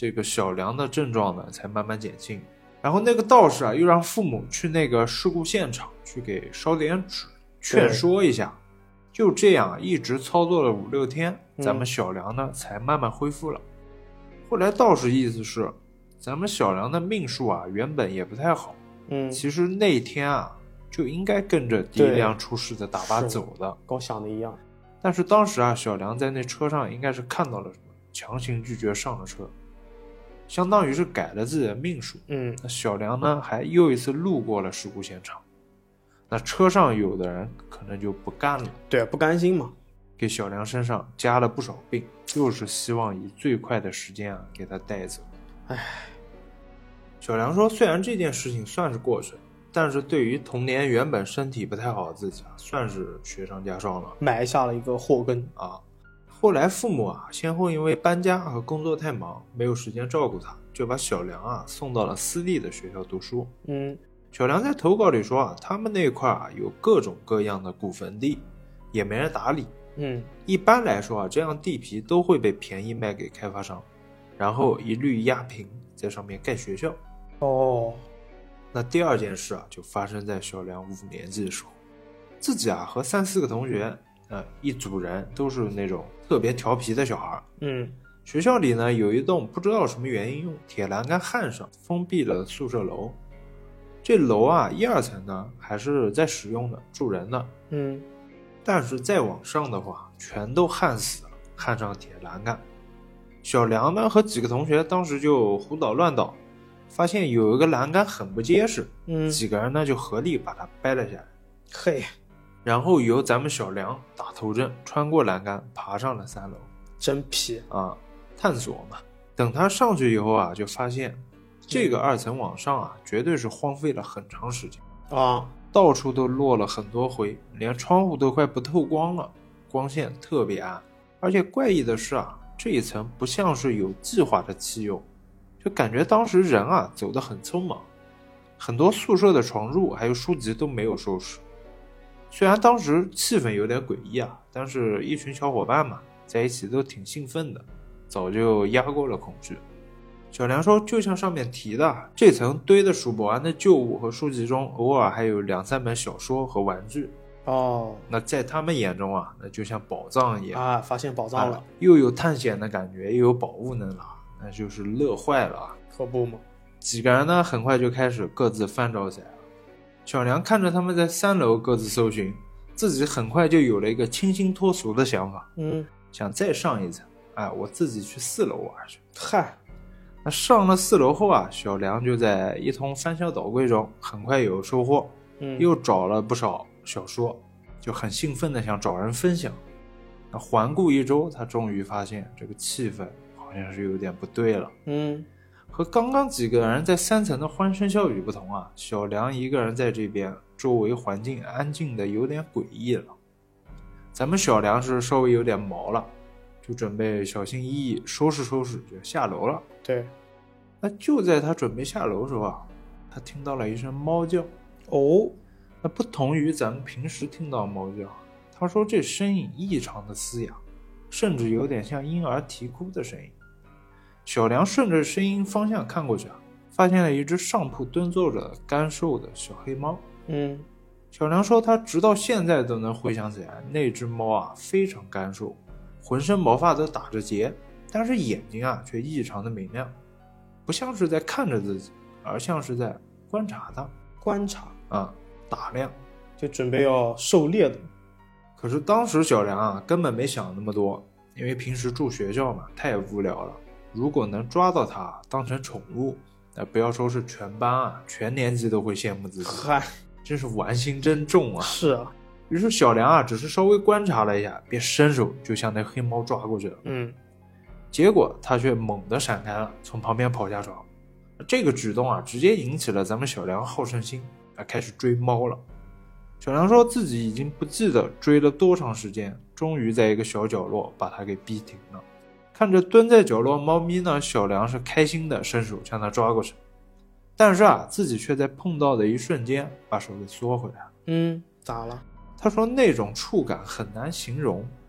这个小梁的症状呢才慢慢减轻。然后那个道士啊，又让父母去那个事故现场去给烧点纸，劝说一下。就这样一直操作了五六天，咱们小梁呢、嗯、才慢慢恢复了。后来道士意思是，咱们小梁的命数啊原本也不太好， 嗯， 其实那天啊就应该跟着第一辆出事的大巴走的， 跟我想的一样。 但是当时啊，小梁在那车上应该是看到了什么，强行拒绝上了车，相当于是改了自己的命数。 嗯， 那小梁呢还又一次路过了事故现场。那车上有的人可能就不干了， 对，不甘心嘛， 给小梁身上加了不少病，就是希望以最快的时间啊给他带走。 唉， 小梁说，虽然这件事情算是过去了，但是对于童年原本身体不太好的自己啊，算是雪上加霜了， 埋下了一个祸根啊。后来父母啊，先后因为搬家和工作太忙，没有时间照顾他，就把小梁啊送到了私立的学校读书。 嗯。 小梁在投稿里说啊，他们那块啊有各种各样的古坟地，也没人打理。 嗯， 一般来说啊，这样地皮都会被便宜卖给开发商，然后一律压平，在上面盖学校。 哦， 那第二件事啊，就发生在小梁五年级的时候，自己啊和三四个同学，呃，一组人都是那种特别调皮的小孩。 嗯， 学校里呢有一栋不知道什么原因用铁栏杆焊上封闭了宿舍楼。这楼啊，一二层呢还是在使用的，住人的。 嗯， 但是再往上的话，全都焊死了，焊上铁栏杆。小梁呢和几个同学当时就胡捣乱捣，发现有一个栏杆很不结实， 嗯， 几个人呢就合力把它掰了下来。 嘿， 然后由咱们小梁打头阵，穿过栏杆，爬上了三楼。 真皮啊，探索嘛。等他上去以后啊，就发现。这个二层往上啊，绝对是荒废了很长时间啊， 到处都落了很多灰，连窗户都快不透光了，光线特别暗。而且怪异的是啊，这一层不像是有计划的弃用，就感觉当时人啊走得很匆忙，很多宿舍的床褥还有书籍都没有收拾。虽然当时气氛有点诡异啊，但是一群小伙伴嘛，在一起都挺兴奋的，早就压过了恐惧。小梁说，就像上面提的，这层堆的数不完的旧物和书籍中，偶尔还有两三本小说和玩具。 哦， 那在他们眼中啊，那就像宝藏一样啊，发现宝藏了、啊， 又有探险的感觉，又有宝物能拿，那就是乐坏了啊！ 可不嘛。 几个人呢，很快就开始各自翻找起来了。小梁看着他们在三楼各自搜寻，自己很快就有了一个清新脱俗的想法， 嗯， 想再上一层，哎，我自己去四楼玩去。 嗨。 那上了四楼后啊，小梁就在一通翻箱倒柜中很快有收获， 嗯， 又找了不少小说，就很兴奋的想找人分享。那环顾一周，他终于发现这个气氛好像是有点不对了。 嗯， 和刚刚几个人在三层的欢声笑语不同啊，小梁一个人在这边，周围环境安静的有点诡异了。咱们小梁是稍微有点毛了，就准备小心翼翼收拾收拾就下楼了。 对， 那就在他准备下楼的时候啊，他听到了一声猫叫。 哦， 那不同于咱们平时听到猫叫，他说这声音异常的嘶哑，甚至有点像婴儿啼哭的声音。小梁顺着声音方向看过去啊，发现了一只上铺蹲坐着干瘦的小黑猫。 嗯， 小梁说他直到现在都能回想起来，那只猫啊非常干瘦，浑身毛发都打着结，但是眼睛啊却异常的明亮，不像是在看着自己，而像是在观察他。 观察啊，打量， 就准备要狩猎的。 可是当时小梁啊根本没想那么多，因为平时住学校嘛，太无聊了。如果能抓到它当成宠物，那不要说是全班啊，全年级都会羡慕自己。 嗨， 真是玩心真重啊！ 是啊。 于是小梁啊，只是稍微观察了一下，便伸手就向那黑猫抓过去了。 嗯， 结果他却猛地闪开了，从旁边跑下床。这个举动啊，直接引起了咱们小梁好胜心，啊，开始追猫了。小梁说自己已经不记得追了多长时间，终于在一个小角落把它给逼停了。看着蹲在角落猫咪呢，小梁是开心的伸手将它抓过去，但是啊，自己却在碰到的一瞬间把手给缩回来了。 嗯，咋了？ 他说那种触感很难形容，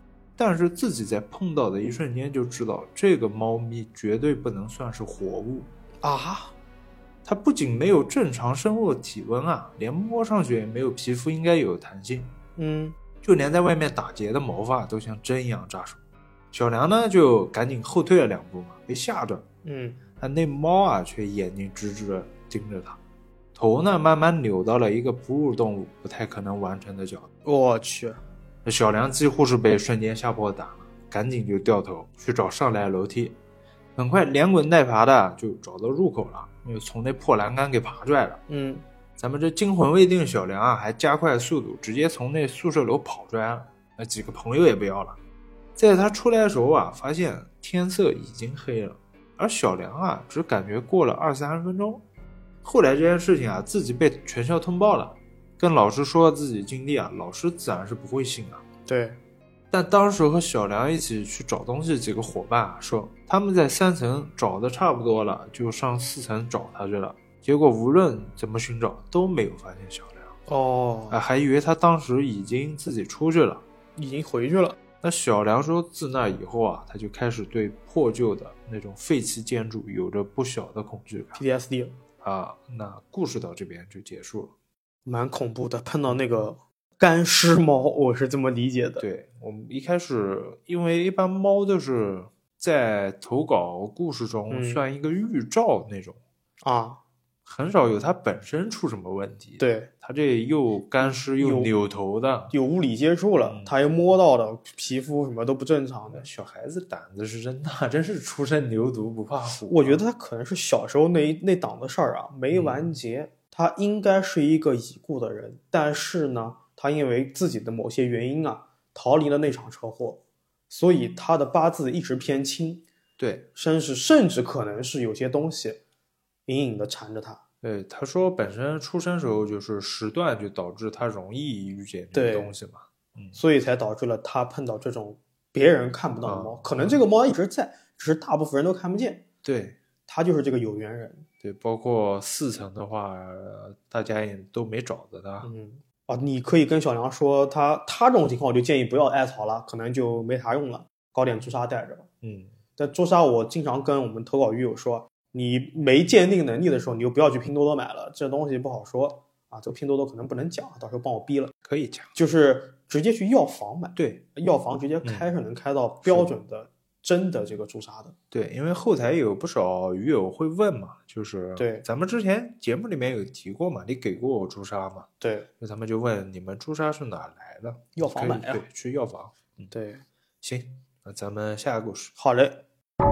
但是自己在碰到的一瞬间就知道，这个猫咪绝对不能算是活物啊！ 它不仅没有正常生物的体温啊，连摸上去也没有皮肤应该有弹性， 嗯， 就连在外面打结的毛发都像针一样扎手。小梁呢就赶紧后退了两步嘛，被吓着。 嗯， 但那猫啊却眼睛直直的盯着他，头呢慢慢扭到了一个哺乳动物不太可能完成的角度。 我去， 小梁几乎是被瞬间吓破胆了，赶紧就掉头去找上来楼梯，很快连滚带爬的就找到入口了，又从那破栏杆给爬出来了。 嗯， 咱们这惊魂未定的小梁啊，还加快速度，直接从那宿舍楼跑出来了，那几个朋友也不要了。在他出来的时候啊，发现天色已经黑了，而小梁啊只感觉过了二三十分钟。后来这件事情啊，自己被全校通报了，跟老师说了自己经历啊，老师自然是不会信啊。 对， 但当时和小梁一起去找东西几个伙伴啊，说他们在三层找的差不多了，就上四层找他去了，结果无论怎么寻找都没有发现小梁。 哦， 啊，还以为他当时已经自己出去了， 已经回去了。 那小梁说，自那以后啊，他就开始对破旧的那种废弃建筑有着不小的恐惧感 P T S D 啊。那故事到这边就结束了， 蛮恐怖的。碰到那个干尸猫，我是这么理解的。 对，我们一开始，因为一般猫都是在投稿故事中算一个预兆那种、 嗯、啊， 很少有它本身出什么问题。 对， 它这又干尸又扭头的， 有物理接触了，嗯、它又摸到的皮肤什么都不正常的。 小孩子胆子是真大，真是初生牛犊不怕虎、啊。 我觉得他可能是小时候那那档子事儿啊没完结、嗯，他应该是一个已故的人，但是呢，他因为自己的某些原因啊，逃离了那场车祸，所以他的八字一直偏轻。 对， 甚至甚至可能是有些东西隐隐的缠着他。 对，他说本身出生时候就是时段，就导致他容易遇见这个东西嘛， 嗯，所以才导致了他碰到这种别人看不到的猫、嗯。可能这个猫一直在，只是大部分人都看不见。 对， 他就是这个有缘人。 对，包括四层的话，大家也都没找着他。 嗯，啊，你可以跟小梁说，他他这种情况我就建议不要艾草了，可能就没啥用了，搞点朱砂带着吧。 嗯， 但朱砂我经常跟我们投稿鱼友说，你没鉴定能力的时候，你就不要去拼多多买了，这东西不好说啊。这个拼多多可能不能讲，到时候帮我逼了。 可以讲， 就是直接去药房买。 对， 药房直接开是能开到标准的、嗯、真的这个朱砂的。 对，因为后台有不少鱼友会问嘛，就是对， 咱们之前节目里面有提过嘛，你给过我朱砂嘛？ 对， 那咱们就问你们朱砂是哪来的？ 药房买啊？ 对，去药房。 嗯，对， 行，那咱们下个故事。 好嘞。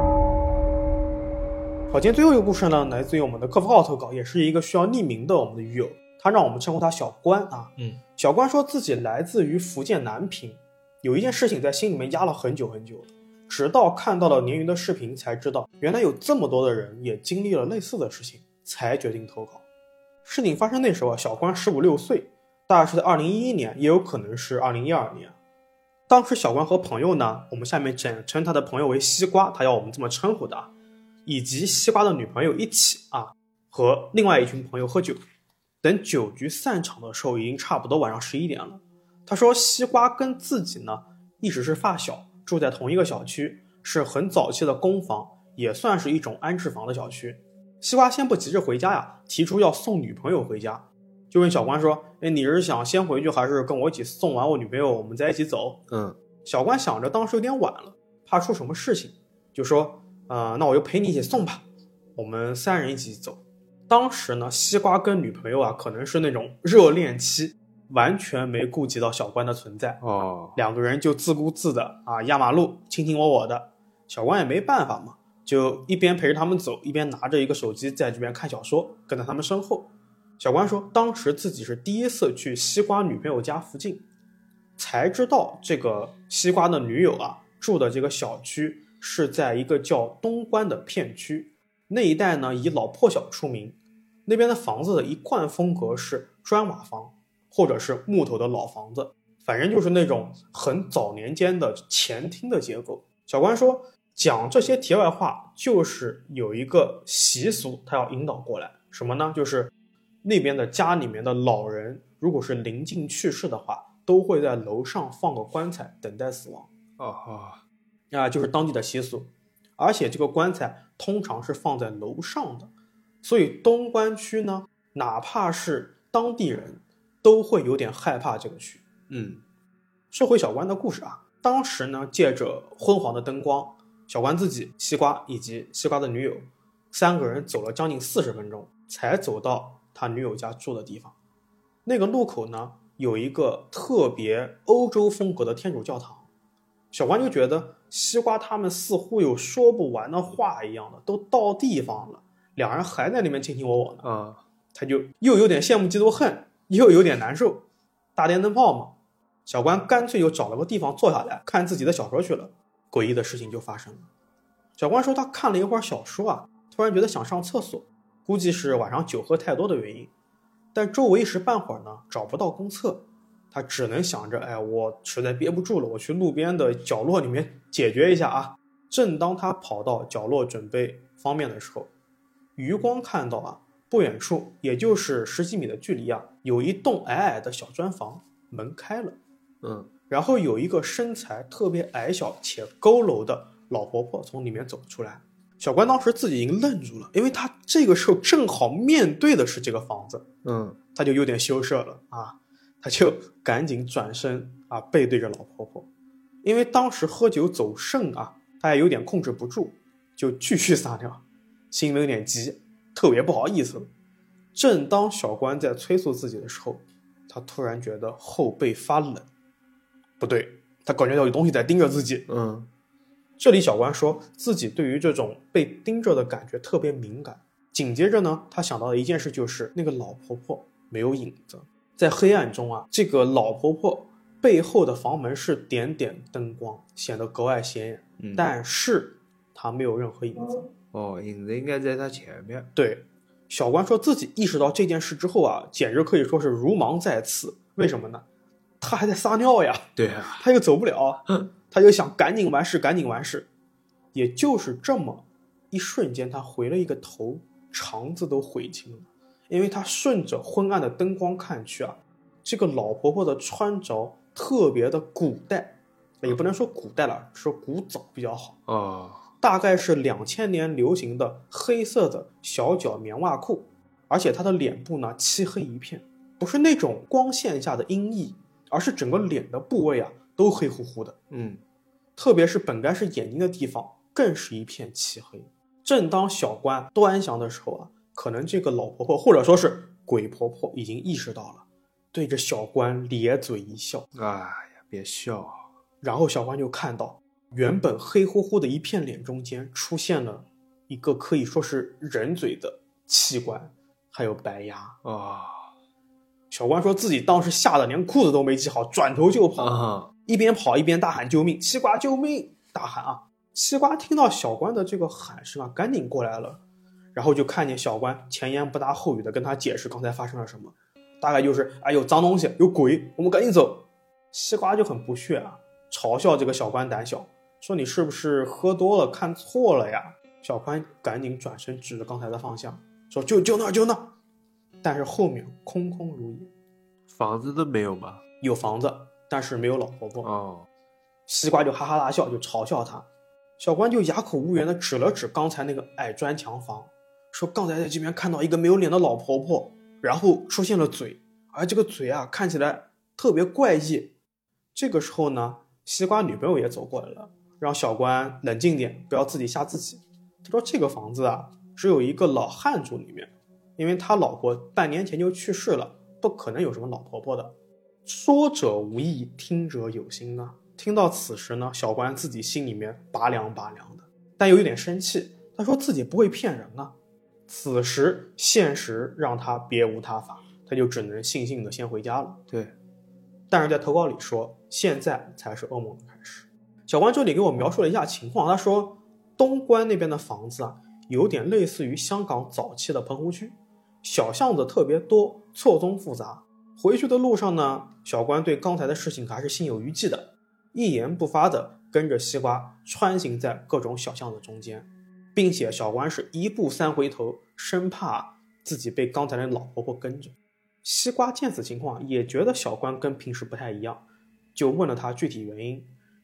好，今天最后一个故事呢，来自于我们的客服号投稿，也是一个需要匿名的我们的鱼友，他让我们称呼他小关啊。 嗯， 小关说自己来自于福建南平，有一件事情在心里面压了很久很久了，直到看到了鲶鱼的视频才知道，原来有这么多的人也经历了类似的事情，才决定投稿。事情发生那时候啊，小关十五六岁，大概是在二零一一年，也有可能是二零一二年。当时小关和朋友呢，我们下面简称他的朋友为西瓜，他要我们这么称呼的啊。以及西瓜的女朋友一起啊，和另外一群朋友喝酒。等酒局散场的时候，已经差不多晚上十一点了。他说西瓜跟自己呢一直是发小，住在同一个小区，是很早期的公房，也算是一种安置房的小区。西瓜先不急着回家呀，提出要送女朋友回家，就问小关说：“哎，你是想先回去，还是跟我一起送完我女朋友，我们再一起走？” 嗯， 小关想着当时有点晚了，怕出什么事情，就说。呃，那我就陪你一起送吧，我们三人一起走。当时呢，西瓜跟女朋友啊，可能是那种热恋期，完全没顾及到小关的存在哦， 两个人就自顾自的啊压马路，卿卿我我的。小关也没办法嘛，就一边陪着他们走，一边拿着一个手机在这边看小说，跟在他们身后。小关说，当时自己是第一次去西瓜女朋友家附近，才知道这个西瓜的女友啊住的这个小区。是在一个叫东关的片区，那一带呢以老破小出名，那边的房子的一贯风格是砖瓦房或者是木头的老房子，反正就是那种很早年间的前厅的结构。小关说讲这些题外话就是有一个习俗他要引导过来，什么呢？就是那边的家里面的老人如果是临近去世的话，都会在楼上放个棺材等待死亡。 哦啊，就是当地的习俗。而且这个棺材通常是放在楼上的，所以东关区呢，哪怕是当地人都会有点害怕这个区。 嗯， 说回小关的故事啊，当时呢，借着昏黄的灯光，小关自己、西瓜以及西瓜的女友三个人走了将近四十分钟，才走到他女友家住的地方。那个路口呢，有一个特别欧洲风格的天主教堂。小关就觉得西瓜他们似乎有说不完的话一样的，都到地方了，两人还在那边卿卿我我呢。 啊， 他就又有点羡慕嫉妒恨，又有点难受。大电灯泡嘛，小关干脆就找了个地方坐下来看自己的小说去了。诡异的事情就发生了。小关说他看了一会儿小说啊，突然觉得想上厕所，估计是晚上酒喝太多的原因，但周围一时半会儿呢找不到公厕，他只能想着，哎，我实在憋不住了，我去路边的角落里面解决一下啊。正当他跑到角落准备方便的时候，余光看到啊，不远处也就是十几米的距离啊，有一栋矮矮的小砖房，门开了， 嗯， 然后有一个身材特别矮小且佝偻的老婆婆从里面走出来。小关当时自己已经愣住了，因为他这个时候正好面对的是这个房子， 嗯， 他就有点羞涩了啊，他就赶紧转身啊，背对着老婆婆，因为当时喝酒走肾啊，他也有点控制不住，就继续撒尿，心里有点急，特别不好意思。正当小关在催促自己的时候，他突然觉得后背发冷，不对，他感觉到有东西在盯着自己。 嗯， 这里小关说自己对于这种被盯着的感觉特别敏感。紧接着呢，他想到的一件事就是那个老婆婆没有影子，在黑暗中啊，这个老婆婆背后的房门是点点灯光，显得格外显眼， 嗯， 但是她没有任何影子。 哦，影子应该在他前面。 对，小关说自己意识到这件事之后啊，简直可以说是如芒在刺。为什么呢？他还在撒尿呀， 对啊， 他又走不了，他就想赶紧完事，赶紧完事。也就是这么一瞬间，他回了一个头，肠子都悔青了，因为他顺着昏暗的灯光看去啊，这个老婆婆的穿着特别的古代，也不能说古代了，说古早比较好。 哦， 大概是两千年流行的黑色的小脚棉袜裤，而且她的脸部呢漆黑一片，不是那种光线下的阴翳，而是整个脸的部位啊都黑乎乎的。 嗯， 特别是本该是眼睛的地方，更是一片漆黑。正当小关端详的时候啊，可能这个老婆婆或者说是鬼婆婆已经意识到了，对着小关咧嘴一笑。 哎呀，别笑。 然后小关就看到原本黑乎乎的一片脸中间出现了一个可以说是人嘴的器官，还有白牙啊、哦！ 小关说自己当时吓得连裤子都没系好，转头就跑， 啊、 一边跑一边大喊救命，西瓜救命，大喊啊！西瓜听到小关的这个喊声啊，赶紧过来了，然后就看见小关前言不搭后语的跟他解释刚才发生了什么，大概就是哎有脏东西，有鬼，我们赶紧走。西瓜就很不屑啊，嘲笑这个小关胆小，说你是不是喝多了看错了呀？小关赶紧转身指着刚才的方向，说就就那就那，但是后面空空如也， 房子都没有吗？ 有房子，但是没有老婆婆。 哦， 西瓜就哈哈大笑，就嘲笑他。小关就哑口无言的指了指刚才那个矮砖墙房，说刚才在这边看到一个没有脸的老婆婆，然后出现了嘴，而这个嘴啊看起来特别怪异。这个时候呢，西瓜女朋友也走过来了，让小关冷静点，不要自己吓自己。他说这个房子啊只有一个老汉住里面，因为他老婆半年前就去世了，不可能有什么老婆婆的。说者无意，听者有心啊。听到此时呢，小关自己心里面拔凉拔凉的，但有一点生气。他说自己不会骗人啊。此时现实让他别无他法，他就只能悻悻的先回家了。 对， 但是在投稿里说，现在才是噩梦的开始。小关这里给我描述了一下情况，他说东关那边的房子啊，有点类似于香港早期的棚户区，小巷子特别多，错综复杂。回去的路上呢，小关对刚才的事情还是心有余悸的，一言不发的跟着西瓜穿行在各种小巷子中间，并且小关是一步三回头，生怕自己被刚才的老婆婆跟着。西瓜见此情况也觉得小关跟平时不太一样，就问了他具体原因。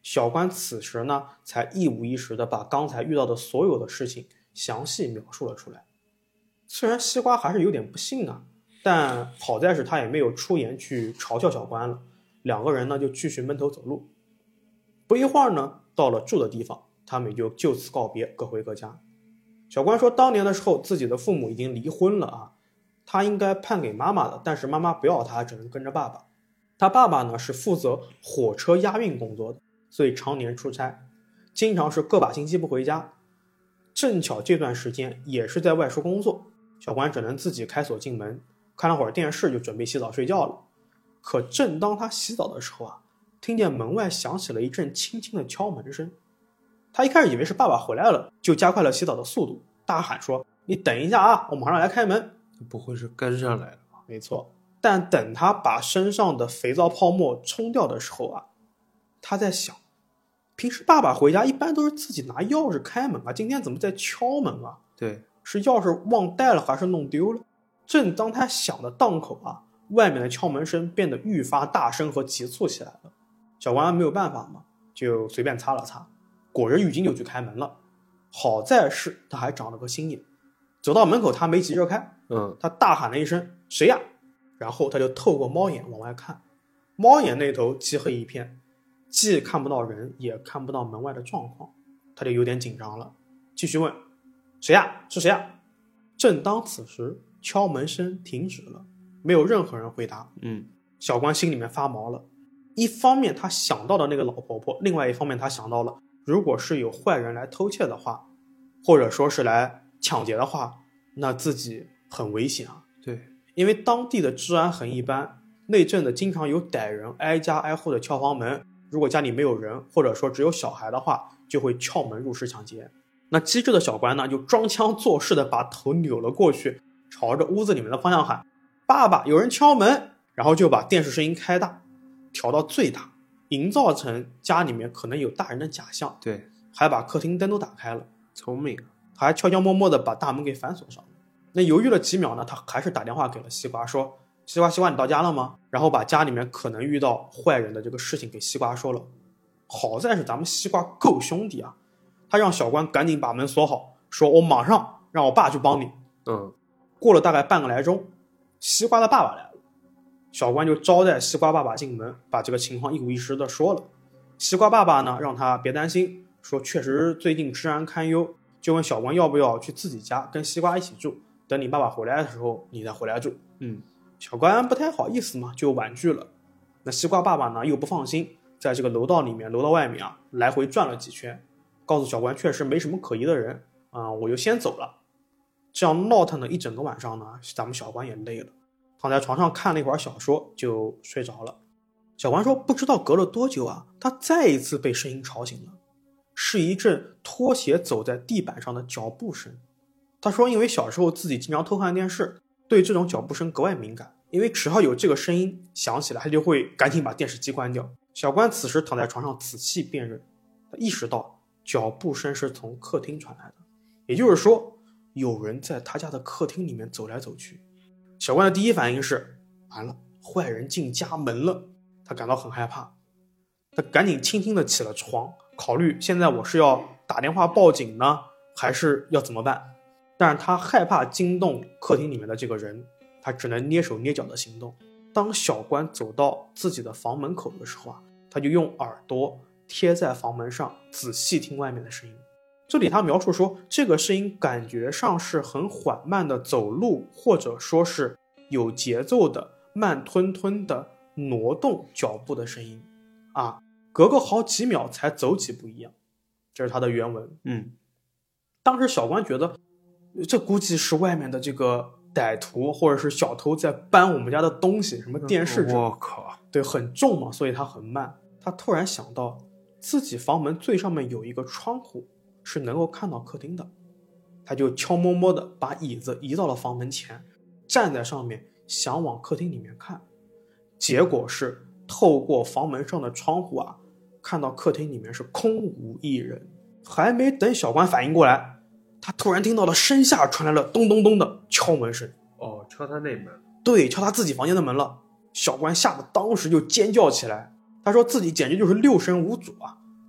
小关此时呢，才一五一十的把刚才遇到的所有的事情详细描述了出来。虽然西瓜还是有点不信啊，但好在是他也没有出言去嘲笑小关了。两个人呢就继续闷头走路。不一会儿呢，到了住的地方，他们就就此告别，各回各家。小关说，当年的时候自己的父母已经离婚了啊，他应该判给妈妈的，但是妈妈不要他，只能跟着爸爸。他爸爸呢是负责火车押运工作的，所以常年出差，经常是个把星期不回家。正巧这段时间也是在外出工作，小关只能自己开锁进门，看了会儿电视就准备洗澡睡觉了。可正当他洗澡的时候啊，听见门外响起了一阵轻轻的敲门声。他一开始以为是爸爸回来了，就加快了洗澡的速度，大喊说，你等一下啊，我马上来开门。 不会是跟上来了吧？ 没错。但等他把身上的肥皂泡沫冲掉的时候啊，他在想，平时爸爸回家一般都是自己拿钥匙开门啊，今天怎么在敲门啊？ 对， 是钥匙忘带了还是弄丢了？正当他想的当口啊，外面的敲门声变得愈发大声和急促起来了。小关没有办法嘛，就随便擦了擦，裹着浴巾就去开门了。好在是他还长了个心眼，走到门口他没急着开， 嗯， 他大喊了一声，谁呀？然后他就透过猫眼往外看，猫眼那头漆黑一片，既看不到人也看不到门外的状况，他就有点紧张了，继续问，谁呀？是谁呀？正当此时，敲门声停止了，没有任何人回答。 嗯， 小关心里面发毛了，一方面他想到了那个老婆婆，另外一方面他想到了，如果是有坏人来偷窃的话，或者说是来抢劫的话，那自己很危险啊。 对， 因为当地的治安很一般，那阵的经常有歹人挨家挨户的敲房门，如果家里没有人，或者说只有小孩的话，就会撬门入室抢劫。那机智的小关呢，就装腔作势的把头扭了过去，朝着屋子里面的方向喊，爸爸，有人敲门。然后就把电视声音开大，调到最大，营造成家里面可能有大人的假象。 对， 还把客厅灯都打开了， 聪明。 他还悄悄摸摸的把大门给反锁上了。那犹豫了几秒呢，他还是打电话给了西瓜，说，西瓜西瓜你到家了吗？然后把家里面可能遇到坏人的这个事情给西瓜说了。好在是咱们西瓜够兄弟啊，他让小关赶紧把门锁好，说我马上让我爸去帮你。 嗯， 过了大概半个来钟，西瓜的爸爸来了，小关就招待西瓜爸爸进门，把这个情况一五一十的说了。西瓜爸爸呢，让他别担心，说确实最近治安堪忧，就问小关要不要去自己家跟西瓜一起住，等你爸爸回来的时候你再回来住。 嗯， 小关不太好意思嘛，就婉拒了。那西瓜爸爸呢又不放心，在这个楼道里面楼道外面啊来回转了几圈，告诉小关确实没什么可疑的人啊、嗯，我就先走了。这样闹腾了一整个晚上呢，咱们小关也累了，躺在床上看了一会儿小说就睡着了。小关说不知道隔了多久啊，他再一次被声音吵醒了，是一阵拖鞋走在地板上的脚步声。他说因为小时候自己经常偷看电视，对这种脚步声格外敏感，因为只要有这个声音响起来，他就会赶紧把电视机关掉。小关此时躺在床上仔细辨认，他意识到脚步声是从客厅传来的，也就是说有人在他家的客厅里面走来走去。小关的第一反应是完了，坏人进家门了，他感到很害怕，他赶紧轻轻的起了床，考虑现在我是要打电话报警呢，还是要怎么办。但是他害怕惊动客厅里面的这个人，他只能蹑手蹑脚的行动。当小关走到自己的房门口的时候啊，他就用耳朵贴在房门上仔细听外面的声音。这里他描述说，这个声音感觉上是很缓慢的走路，或者说是有节奏的慢吞吞的挪动脚步的声音啊，隔个好几秒才走几步一样。这是他的原文。 嗯， 当时小关觉得这估计是外面的这个歹徒或者是小偷在搬我们家的东西，什么电视这， 我靠， 对，很重嘛，所以他很慢。他突然想到自己房门最上面有一个窗户是能够看到客厅的，他就悄摸摸的把椅子移到了房门前，站在上面想往客厅里面看。结果是透过房门上的窗户啊，看到客厅里面是空无一人。还没等小关反应过来，他突然听到了身下传来了咚咚咚的敲门声。 哦，敲他那门。 对，敲他自己房间的门了。小关吓得当时就尖叫起来，他说自己简直就是六神无主啊，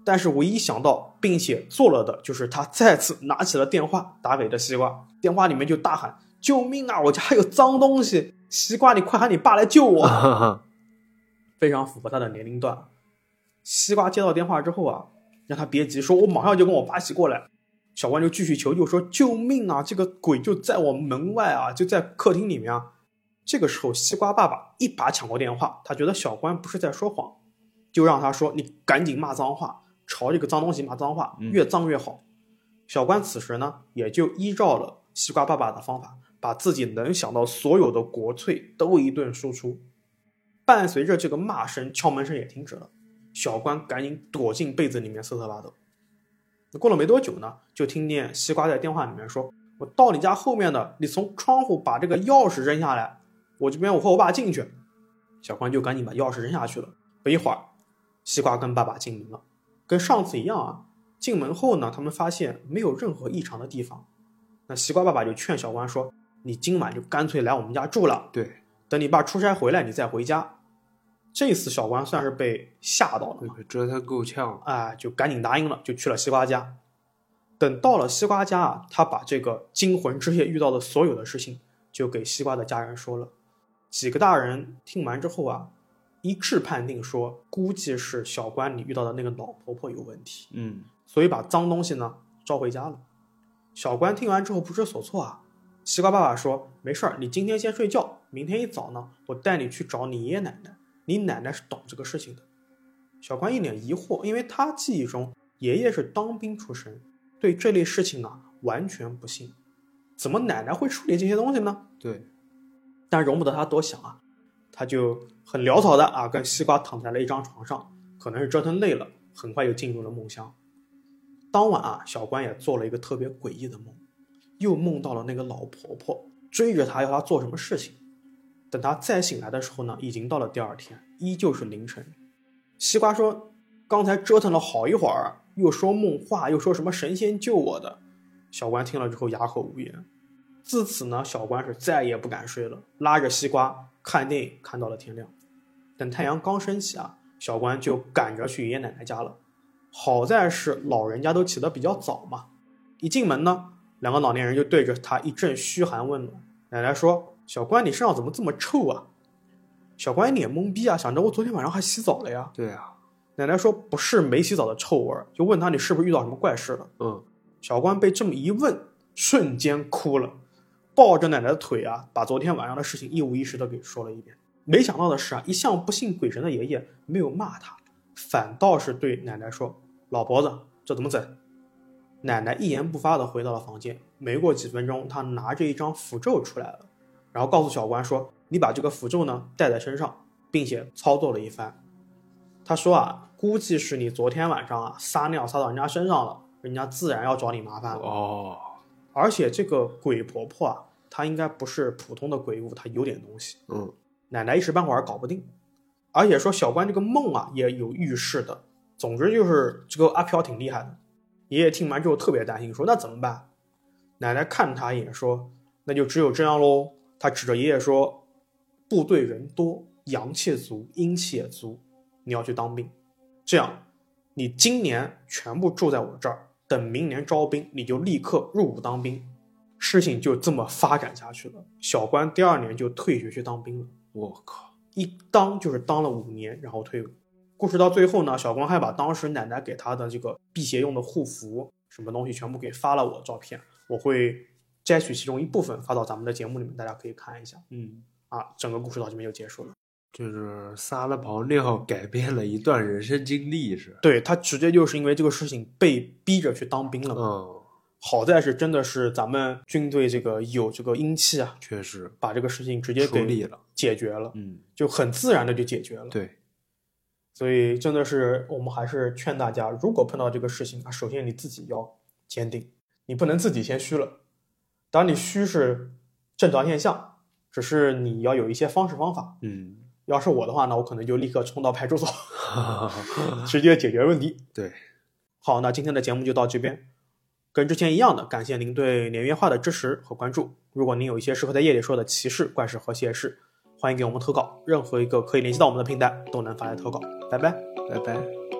但是唯一想到并且做了的就是他再次拿起了电话打给了西瓜，电话里面就大喊救命啊，我家还有脏东西，西瓜你快喊你爸来救我非常符合他的年龄段。西瓜接到电话之后啊，让他别急，说我马上就跟我爸一起过来。小关就继续求救说救命啊，这个鬼就在我门外啊，就在客厅里面啊。这个时候西瓜爸爸一把抢过电话，他觉得小关不是在说谎，就让他说你赶紧骂脏话，朝这个脏东西骂脏话，越脏越好、嗯、小关此时呢也就依照了西瓜爸爸的方法，把自己能想到所有的国粹都一顿输出。伴随着这个骂声，敲门声也停止了，小关赶紧躲进被子里面瑟瑟发抖。过了没多久呢，就听见西瓜在电话里面说我到你家后面的，你从窗户把这个钥匙扔下来，我这边我和我爸进去。小关就赶紧把钥匙扔下去了。不一会儿西瓜跟爸爸进门了，跟上次一样啊。进门后呢，他们发现没有任何异常的地方。那西瓜爸爸就劝小关说你今晚就干脆来我们家住了， 对， 等你爸出差回来你再回家。这次小关算是被吓到了， 折腾够呛， 哎，就赶紧答应了，就去了西瓜家。等到了西瓜家啊，他把这个惊魂之夜遇到的所有的事情就给西瓜的家人说了。几个大人听完之后啊，一致判定说估计是小关你遇到的那个老婆婆有问题， 嗯， 所以把脏东西呢招回家了。小关听完之后不知所措啊，西瓜爸爸说没事儿，你今天先睡觉，明天一早呢我带你去找你爷爷奶奶，你奶奶是懂这个事情的。小关一脸疑惑，因为他记忆中爷爷是当兵出身，对这类事情啊完全不信，怎么奶奶会处理这些东西呢？ 对， 但容不得他多想啊，他就很潦草的啊跟西瓜躺在了一张床上，可能是折腾累了，很快就进入了梦乡。当晚啊，小关也做了一个特别诡异的梦，又梦到了那个老婆婆追着他要他做什么事情。等他再醒来的时候呢，已经到了第二天，依旧是凌晨。西瓜说刚才折腾了好一会儿，又说梦话，又说什么神仙救我的。小关听了之后哑口无言。自此呢，小关是再也不敢睡了，拉着西瓜看电影看到了天亮。等太阳刚升起啊，小关就赶着去爷爷奶奶家了。好在是老人家都起得比较早嘛，一进门呢，两个老年人就对着他一阵嘘寒问暖。奶奶说小关你身上怎么这么臭啊？小关一脸懵逼啊，想着我昨天晚上还洗澡了呀。 对啊。 奶奶说不是没洗澡的臭味，就问他你是不是遇到什么怪事了。 嗯， 小关被这么一问，瞬间哭了，抱着奶奶的腿啊，把昨天晚上的事情一五一十的给说了一遍。没想到的是啊，一向不信鬼神的爷爷没有骂他，反倒是对奶奶说老婆子这怎么整。奶奶一言不发的回到了房间。没过几分钟，她拿着一张符咒出来了，然后告诉小关说你把这个符咒呢带在身上，并且操作了一番。他说啊，估计是你昨天晚上啊撒尿撒到人家身上了，人家自然要找你麻烦了。 哦， 而且这个鬼婆婆啊，她应该不是普通的鬼物，她有点东西。 嗯， 奶奶一时半会儿搞不定。而且说小关这个梦啊也有预示的。总之就是这个阿飘挺厉害的。爷爷听完之后特别担心，说那怎么办？奶奶看他一眼说那就只有这样咯。他指着爷爷说部队人多，阳气足，阴气也足，你要去当兵，这样你今年全部住在我这儿，等明年招兵你就立刻入伍当兵。事情就这么发展下去了。小关第二年就退学去当兵了。 我靠， 一当就是当了五年，然后退伍。故事到最后呢，小关还把当时奶奶给他的这个辟邪用的护符什么东西全部给发了我照片，我会摘取其中一部分发到咱们的节目里面，大家可以看一下。 嗯， 啊，整个故事到这边就结束了。 就是撒了泡尿改变了一段人生经历是？ 对，他直接就是因为这个事情被逼着去当兵了嘛。 嗯， 好在是真的是咱们军队这个有这个阴气啊， 确实把这个事情直接给解决了， 嗯， 就很自然的就解决了。 对。 所以真的是我们还是劝大家，如果碰到这个事情啊，首先你自己要坚定，你不能自己先虚了。当然你虚是正常现象，只是你要有一些方式方法。 嗯， 要是我的话呢，我可能就立刻冲到派出所直接解决问题。 对， 好，那今天的节目就到这边。跟之前一样的，感谢您对年月化的支持和关注。如果您有一些适合在夜里说的奇事、怪事和邪事，欢迎给我们投稿，任何一个可以联系到我们的平台都能发来投稿。拜拜， 拜拜。